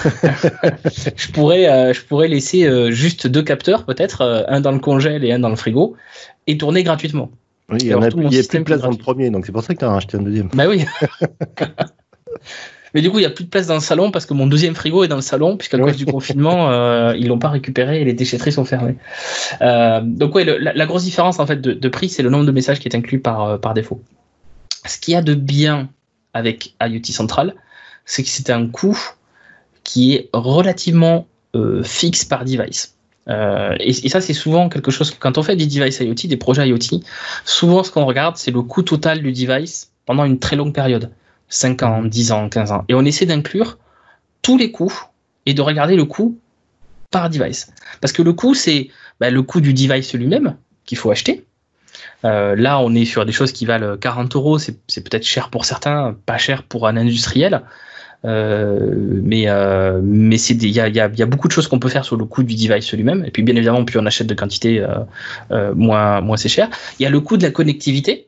je pourrais, euh, je pourrais laisser euh, juste deux capteurs, peut-être, euh, un dans le congèle et un dans le frigo, et tourner gratuitement. Oui, il y, a, il y a plus de place dans le premier, donc c'est pour ça que tu as racheté un deuxième. Bah oui. Mais du coup, il n'y a plus de place dans le salon parce que mon deuxième frigo est dans le salon, puisqu'à cause du confinement, euh, ils l'ont pas récupéré et les déchetteries sont fermées. Euh, donc ouais, le, la, la grosse différence en fait de, de prix, c'est le nombre de messages qui est inclus par, par défaut. Ce qu'il y a de bien avec IoT Central, c'est que c'est un coût qui est relativement euh, fixe par device. Euh, et, et ça, c'est souvent quelque chose, quand on fait des devices IoT, des projets IoT, souvent ce qu'on regarde, c'est le coût total du device pendant une très longue période, cinq ans, dix ans, quinze ans. Et on essaie d'inclure tous les coûts et de regarder le coût par device. Parce que le coût, c'est bah, le coût du device lui-même qu'il faut acheter. Euh, là, on est sur des choses qui valent quarante euros. C'est, c'est peut-être cher pour certains, pas cher pour un industriel. Euh, mais euh, mais c'est il y a, y, a, y a beaucoup de choses qu'on peut faire sur le coût du device lui-même. Et puis, bien évidemment, plus on achète de quantité, euh, euh, moins, moins c'est cher. Il y a le coût de la connectivité.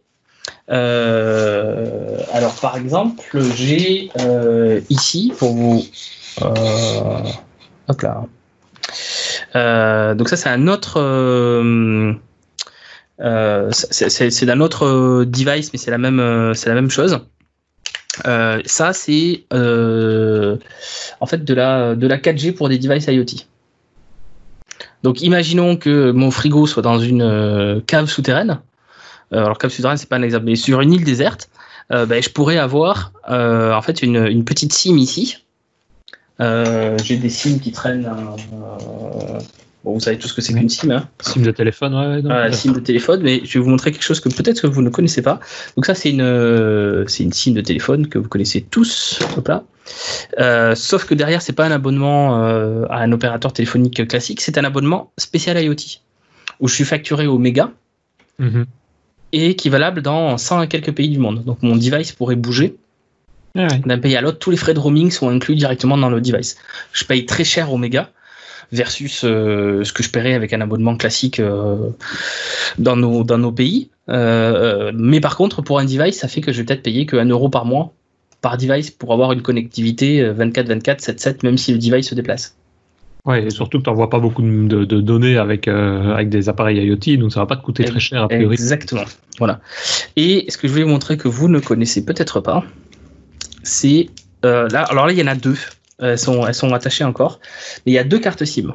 Euh, alors, par exemple, j'ai euh, ici, pour vous... Euh, hop là. Euh, donc ça, c'est un autre... Euh, Euh, c'est, c'est, c'est d'un autre device, mais c'est la même, euh, c'est la même chose. Euh, ça, c'est euh, en fait de la, de la quatre G pour des devices IoT. Donc, imaginons que mon frigo soit dans une euh, cave souterraine. Euh, alors, cave souterraine, c'est pas un exemple, mais sur une île déserte, euh, ben, je pourrais avoir euh, en fait une, une petite SIM ici. Euh, j'ai des SIM qui traînent. Euh, Bon, vous savez tout ce que c'est qu'une SIM. Hein. SIM de téléphone, ouais. Voilà, la SIM de téléphone, mais je vais vous montrer quelque chose que peut-être que vous ne connaissez pas. Donc ça, c'est une, euh, c'est une SIM de téléphone que vous connaissez tous. Hop là. Euh, sauf que derrière, c'est pas un abonnement euh, à un opérateur téléphonique classique, c'est un abonnement spécial IoT, où je suis facturé au méga, mm-hmm. et qui est valable dans cent et quelques pays du monde. Donc mon device pourrait bouger. Ah ouais. D'un pays à l'autre, tous les frais de roaming sont inclus directement dans le device. Je paye très cher au méga, versus euh, ce que je paierais avec un abonnement classique euh, dans nos dans nos pays. Euh, mais par contre, pour un device, ça fait que je vais peut-être payer que un euro par mois par device pour avoir une connectivité vingt-quatre vingt-quatre, sept sept, même si le device se déplace. Ouais, et surtout que tu n'envoies pas beaucoup de, de données avec, euh, avec des appareils IoT, donc ça va pas te coûter très cher a priori. Exactement. Voilà. Et ce que je voulais vous montrer que vous ne connaissez peut-être pas, c'est euh, là. Alors là, il y en a deux. Elles sont, elles sont attachées encore. Mais il y a deux cartes SIM.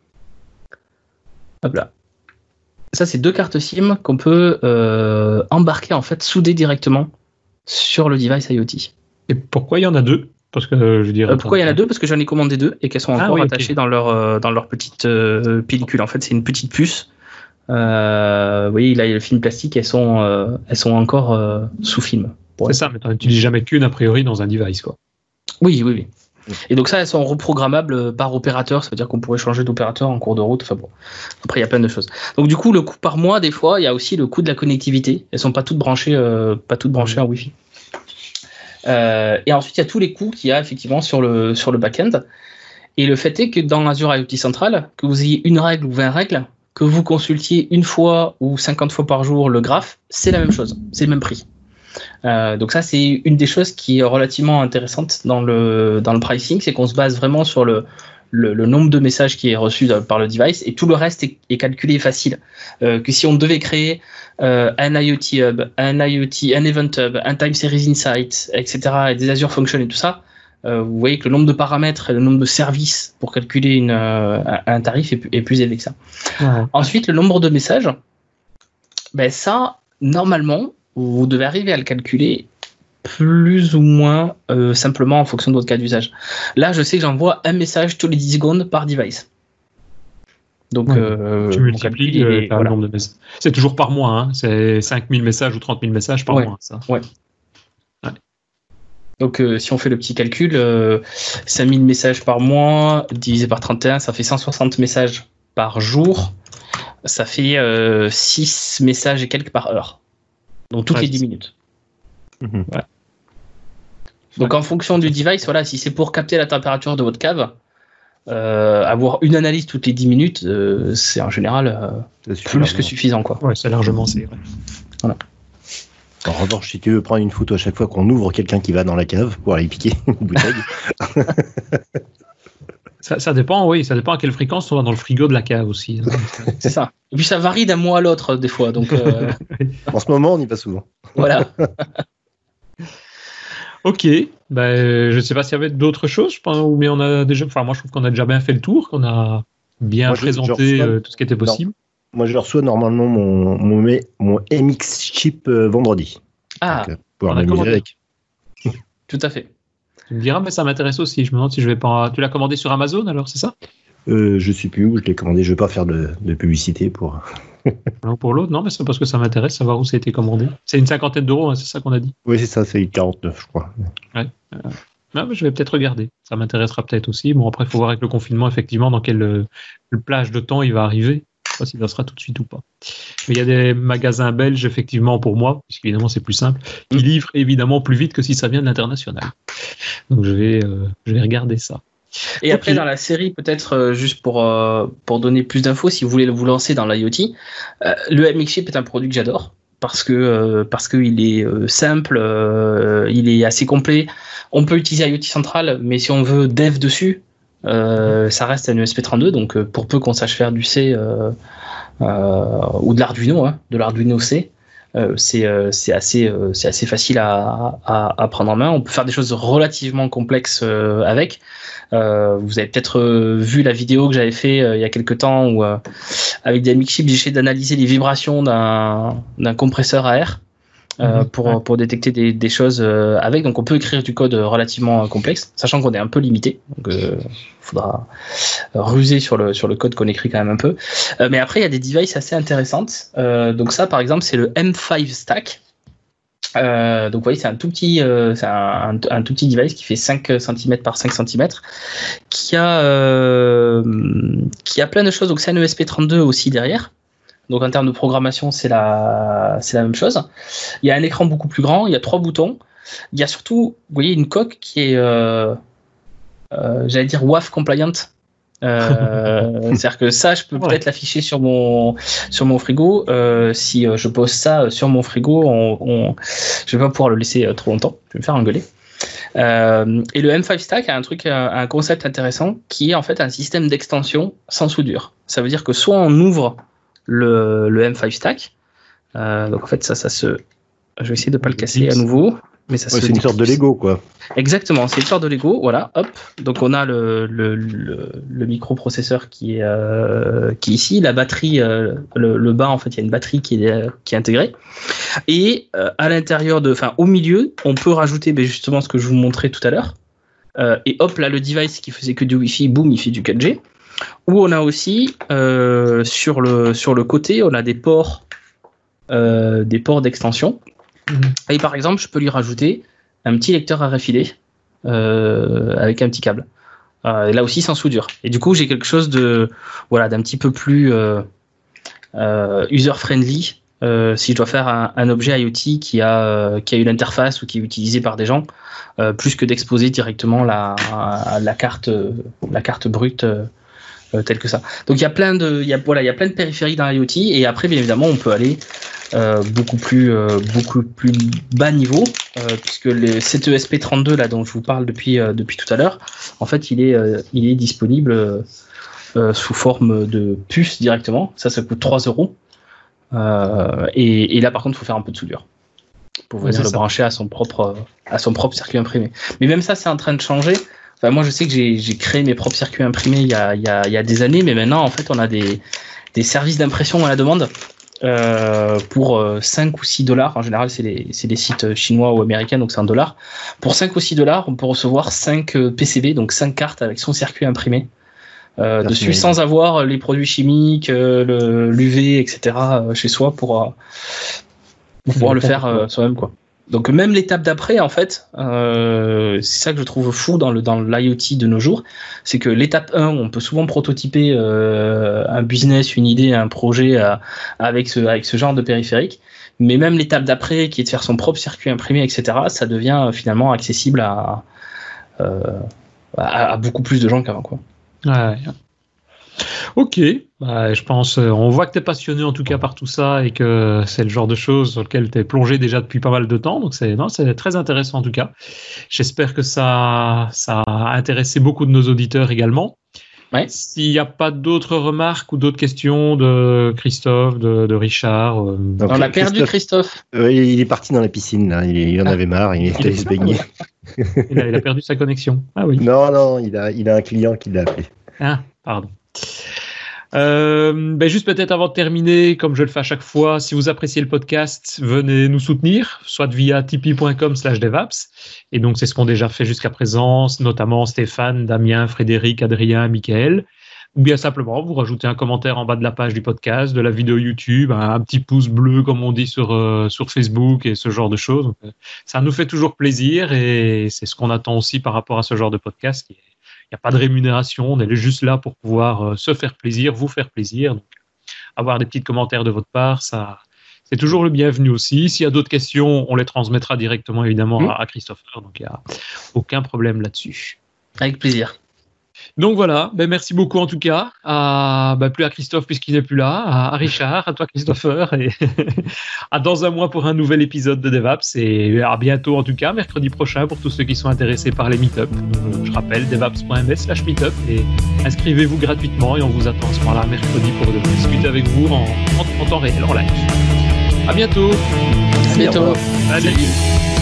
Hop là. Ça, c'est deux cartes SIM qu'on peut euh, embarquer en fait, souder directement sur le device IoT. Et pourquoi il y en a deux? Parce que je veux dire. Euh, pourquoi il y en a deux? Parce que j'en ai commandé deux et qu'elles sont encore ah, oui, attachées okay. dans leur euh, dans leur petite euh, pellicule. En fait, c'est une petite puce. Euh, vous voyez, là, il y a le film plastique. Elles sont euh, elles sont encore euh, sous film. C'est ça, mais tu n'utilises jamais qu'une a priori dans un device, quoi. Oui, oui, oui. Et donc ça, elles sont reprogrammables par opérateur. Ça veut dire qu'on pourrait changer d'opérateur en cours de route. Enfin bon. Après, il y a plein de choses. Donc du coup, le coût par mois, des fois, il y a aussi le coût de la connectivité. Elles sont pas toutes branchées, euh, pas toutes branchées en Wi-Fi. Euh, et ensuite, il y a tous les coûts qu'il y a effectivement sur le, sur le back-end. Et le fait est que dans Azure IoT Central, que vous ayez une règle ou vingt règles, que vous consultiez une fois ou cinquante fois par jour le graphe, c'est la même chose, c'est le même prix. Euh, donc ça, c'est une des choses qui est relativement intéressante dans le, dans le pricing, c'est qu'on se base vraiment sur le, le, le nombre de messages qui est reçu par le device et tout le reste est, est calculé facile. Euh, que si on devait créer Euh, un IoT Hub, un IoT, un Event Hub, un Time Series Insight, et cetera, et des Azure Functions et tout ça, euh, vous voyez que le nombre de paramètres et le nombre de services pour calculer une, euh, un tarif est, est plus élevé que ça. Ouais. Ensuite, le nombre de messages, ben ça, normalement, vous devez arriver à le calculer plus ou moins euh, simplement en fonction de votre cas d'usage. Là, je sais que j'envoie un message tous les dix secondes par device. Donc, ouais, euh, tu multiplies euh, par voilà. le nombre de messages. C'est toujours par mois, hein. C'est cinq mille messages ou trente mille messages par ouais. mois. Ça. Ouais. Ouais. Donc, euh, si on fait le petit calcul, euh, cinq mille messages par mois divisé par trente et un, ça fait cent soixante messages par jour. Ça fait euh, six messages et quelques par heure. Donc, toutes ouais, les dix minutes. Mmh. Ouais. Donc, en fonction du device, voilà, si c'est pour capter la température de votre cave, Euh, avoir une analyse toutes les dix minutes, euh, c'est en général euh, plus que suffisant, quoi. Ouais, c'est largement, c'est vrai. Voilà. En revanche, si tu veux prendre une photo à chaque fois qu'on ouvre quelqu'un qui va dans la cave pour aller piquer une bouteille. ça, ça dépend, oui, ça dépend à quelle fréquence on va dans le frigo de la cave aussi. C'est ça. Et puis ça varie d'un mois à l'autre, des fois. Donc, euh... en ce moment, on y va souvent. Voilà. Ok, ben, je ne sais pas s'il y avait d'autres choses, je pense, mais on a déjà, enfin moi je trouve qu'on a déjà bien fait le tour, qu'on a bien moi, présenté je, je reçois, euh, tout ce qui était possible. Non. Moi je reçois normalement mon, mon, mon M X chip euh, vendredi. Ah, donc, euh, pour m'amuser avec. Tout à fait. Tu me diras, mais ça m'intéresse aussi, je me demande si je vais pas... Tu l'as commandé sur Amazon alors, c'est ça? euh, Je ne sais plus où je l'ai commandé, je ne vais pas faire de, de publicité pour... non, pour l'autre, non, mais c'est parce que ça m'intéresse, savoir où ça a été commandé. C'est une cinquantaine d'euros, hein, c'est ça qu'on a dit? Oui, c'est ça, c'est quarante-neuf, je crois. Ouais. Euh, non, mais je vais peut-être regarder. Ça m'intéressera peut-être aussi. Bon, après, il faut voir avec le confinement, effectivement, dans quel euh, le plage de temps il va arriver. Je sais pas si ça sera tout de suite ou pas. Mais il y a des magasins belges, effectivement, pour moi, puisqu'évidemment, c'est plus simple, qui livrent évidemment plus vite que si ça vient de l'international. Donc, je vais, euh, je vais regarder ça. Et okay. Après, dans la série, peut-être euh, juste pour, euh, pour donner plus d'infos, si vous voulez vous lancer dans l'IoT, euh, le M X Chip est un produit que j'adore parce que euh, parce qu'il est euh, simple, euh, il est assez complet. On peut utiliser IoT Central, mais si on veut dev dessus, euh, ça reste un U S P trente-deux. Donc, euh, pour peu qu'on sache faire du C euh, euh, ou de l'Arduino, hein, de l'Arduino C, euh, c'est euh, c'est assez euh, c'est assez facile à, à à prendre en main. On peut faire des choses relativement complexes euh, avec. Euh, vous avez peut-être euh, vu la vidéo que j'avais fait euh, il y a quelques temps où euh, avec des M X Chip j'ai essayé d'analyser les vibrations d'un d'un compresseur à air euh, mmh, pour ouais. pour détecter des des choses euh, avec. Donc on peut écrire du code relativement complexe, sachant qu'on est un peu limité. Donc il euh, faudra ruser sur le sur le code qu'on écrit quand même un peu. Euh, mais après il y a des devices assez intéressantes. Euh, donc ça par exemple c'est le M cinq Stack. Euh, donc vous voyez c'est un tout petit euh, c'est un, un, un tout petit device qui fait cinq centimètres par cinq centimètres qui a euh, qui a plein de choses. Donc c'est un E S P trente-deux aussi derrière, donc en termes de programmation c'est la c'est la même chose. Il y a un écran beaucoup plus grand, il y a trois boutons, il y a surtout vous voyez une coque qui est euh, euh, j'allais dire W A F compliant. Euh, c'est-à-dire que ça, je peux ouais. peut-être l'afficher sur mon sur mon frigo. Euh, si je pose ça sur mon frigo, on, on, je vais pas pouvoir le laisser trop longtemps. Je vais me faire engueuler. Euh, et le M cinq Stack a un truc, un concept intéressant qui est en fait un système d'extension sans soudure. Ça veut dire que soit on ouvre le, le M cinq Stack, euh, donc en fait ça, ça se, je vais essayer de pas le casser à nouveau. Mais ça ouais, c'est une sorte de Lego, quoi. Exactement, c'est une sorte de Lego, voilà, hop. Donc on a le, le, le, le microprocesseur qui est, euh, qui est ici, la batterie, euh, le, le bas, en fait, il y a une batterie qui est, qui est intégrée. Et euh, à l'intérieur de, enfin, au milieu, on peut rajouter ben, justement ce que je vous montrais tout à l'heure. Euh, et hop, là, le device qui faisait que du Wi-Fi, boum, il fait du quatre G. Où on a aussi, euh, sur, le, sur le côté, on a des ports, euh, des ports d'extension. Et par exemple, je peux lui rajouter un petit lecteur R F I D euh, avec un petit câble. Euh, là aussi sans soudure. Et du coup, j'ai quelque chose de voilà d'un petit peu plus euh, euh, user friendly. Euh, si je dois faire un, un objet IoT qui a euh, qui a une interface ou qui est utilisé par des gens, euh, plus que d'exposer directement la la carte la carte brute. Euh, Euh, tel que ça. Donc il y a plein de, il y a voilà, il y a plein de périphériques dans l'IoT et après bien évidemment on peut aller euh, beaucoup plus euh, beaucoup plus bas niveau euh, puisque le C T E S P trente-deux là dont je vous parle depuis euh, depuis tout à l'heure, en fait il est euh, il est disponible euh, sous forme de puce directement. Ça ça coûte trois euros euh, et, et là par contre il faut faire un peu de soudure pour venir ouais, le ça. brancher à son propre à son propre circuit imprimé. Mais même ça c'est en train de changer. Enfin, moi, je sais que j'ai, j'ai créé mes propres circuits imprimés il y a, il y a, il y a des années, mais maintenant, en fait, on a des, des services d'impression à la demande euh, pour cinq ou six dollars. En général, c'est des, c'est des sites chinois ou américains, donc c'est un dollar. Pour cinq ou six dollars, on peut recevoir cinq P C B, donc cinq cartes avec son circuit imprimé euh, dessus, sans avoir les produits chimiques, le, l'U V, et cetera chez soi pour, pour pouvoir le faire euh, soi-même, quoi. Donc même l'étape d'après, en fait, euh, c'est ça que je trouve fou dans le dans l'IoT de nos jours, c'est que l'étape un, on peut souvent prototyper euh, un business, une idée, un projet euh, avec ce avec ce genre de périphérique, mais même l'étape d'après, qui est de faire son propre circuit imprimé, et cetera, ça devient euh, finalement accessible à, euh, à à beaucoup plus de gens qu'avant, quoi. Ouais. Ok, bah, je pense, euh, on voit que tu es passionné en tout cas par tout ça et que c'est le genre de choses sur lequel tu es plongé déjà depuis pas mal de temps, donc c'est, non, c'est très intéressant en tout cas. J'espère que ça, ça a intéressé beaucoup de nos auditeurs également. Ouais. S'il n'y a pas d'autres remarques ou d'autres questions de Christophe, de, de Richard. Euh... Donc, on a perdu Christophe. Euh, il est parti dans la piscine, là. Il, il en avait marre, il est allé se baigner. il, a, il a perdu sa connexion. Ah oui. Non, non, il a, il a un client qui l'a appelé. Ah, pardon. Euh, ben juste peut-être avant de terminer, comme je le fais à chaque fois, si vous appréciez le podcast, venez nous soutenir, soit via tipeee.com slash devaps. Et donc, c'est ce qu'ont déjà fait jusqu'à présent, notamment Stéphane, Damien, Frédéric, Adrien, Michael. Ou bien simplement, vous rajoutez un commentaire en bas de la page du podcast, de la vidéo YouTube, un, un petit pouce bleu, comme on dit sur, euh, sur Facebook et ce genre de choses. Donc, euh, ça nous fait toujours plaisir et c'est ce qu'on attend aussi par rapport à ce genre de podcast qui est Il n'y a pas de rémunération, on est juste là pour pouvoir euh, se faire plaisir, vous faire plaisir. Donc, avoir des petits commentaires de votre part, ça, c'est toujours le bienvenu aussi. S'il y a d'autres questions, on les transmettra directement évidemment mmh. à, à Christopher, donc il n'y a aucun problème là-dessus. Avec plaisir. Donc voilà, ben merci beaucoup en tout cas, à, ben plus à Christophe puisqu'il n'est plus là, à, à Richard, à toi Christopher, et à dans un mois pour un nouvel épisode de DevApps, et à bientôt en tout cas, mercredi prochain pour tous ceux qui sont intéressés par les meet-up. Je rappelle devaps.ms slash meetup et inscrivez-vous gratuitement et on vous attend à ce moment-là mercredi pour de discuter avec vous en, en, en temps réel, en live. À bientôt. À bientôt. Salut. Salut.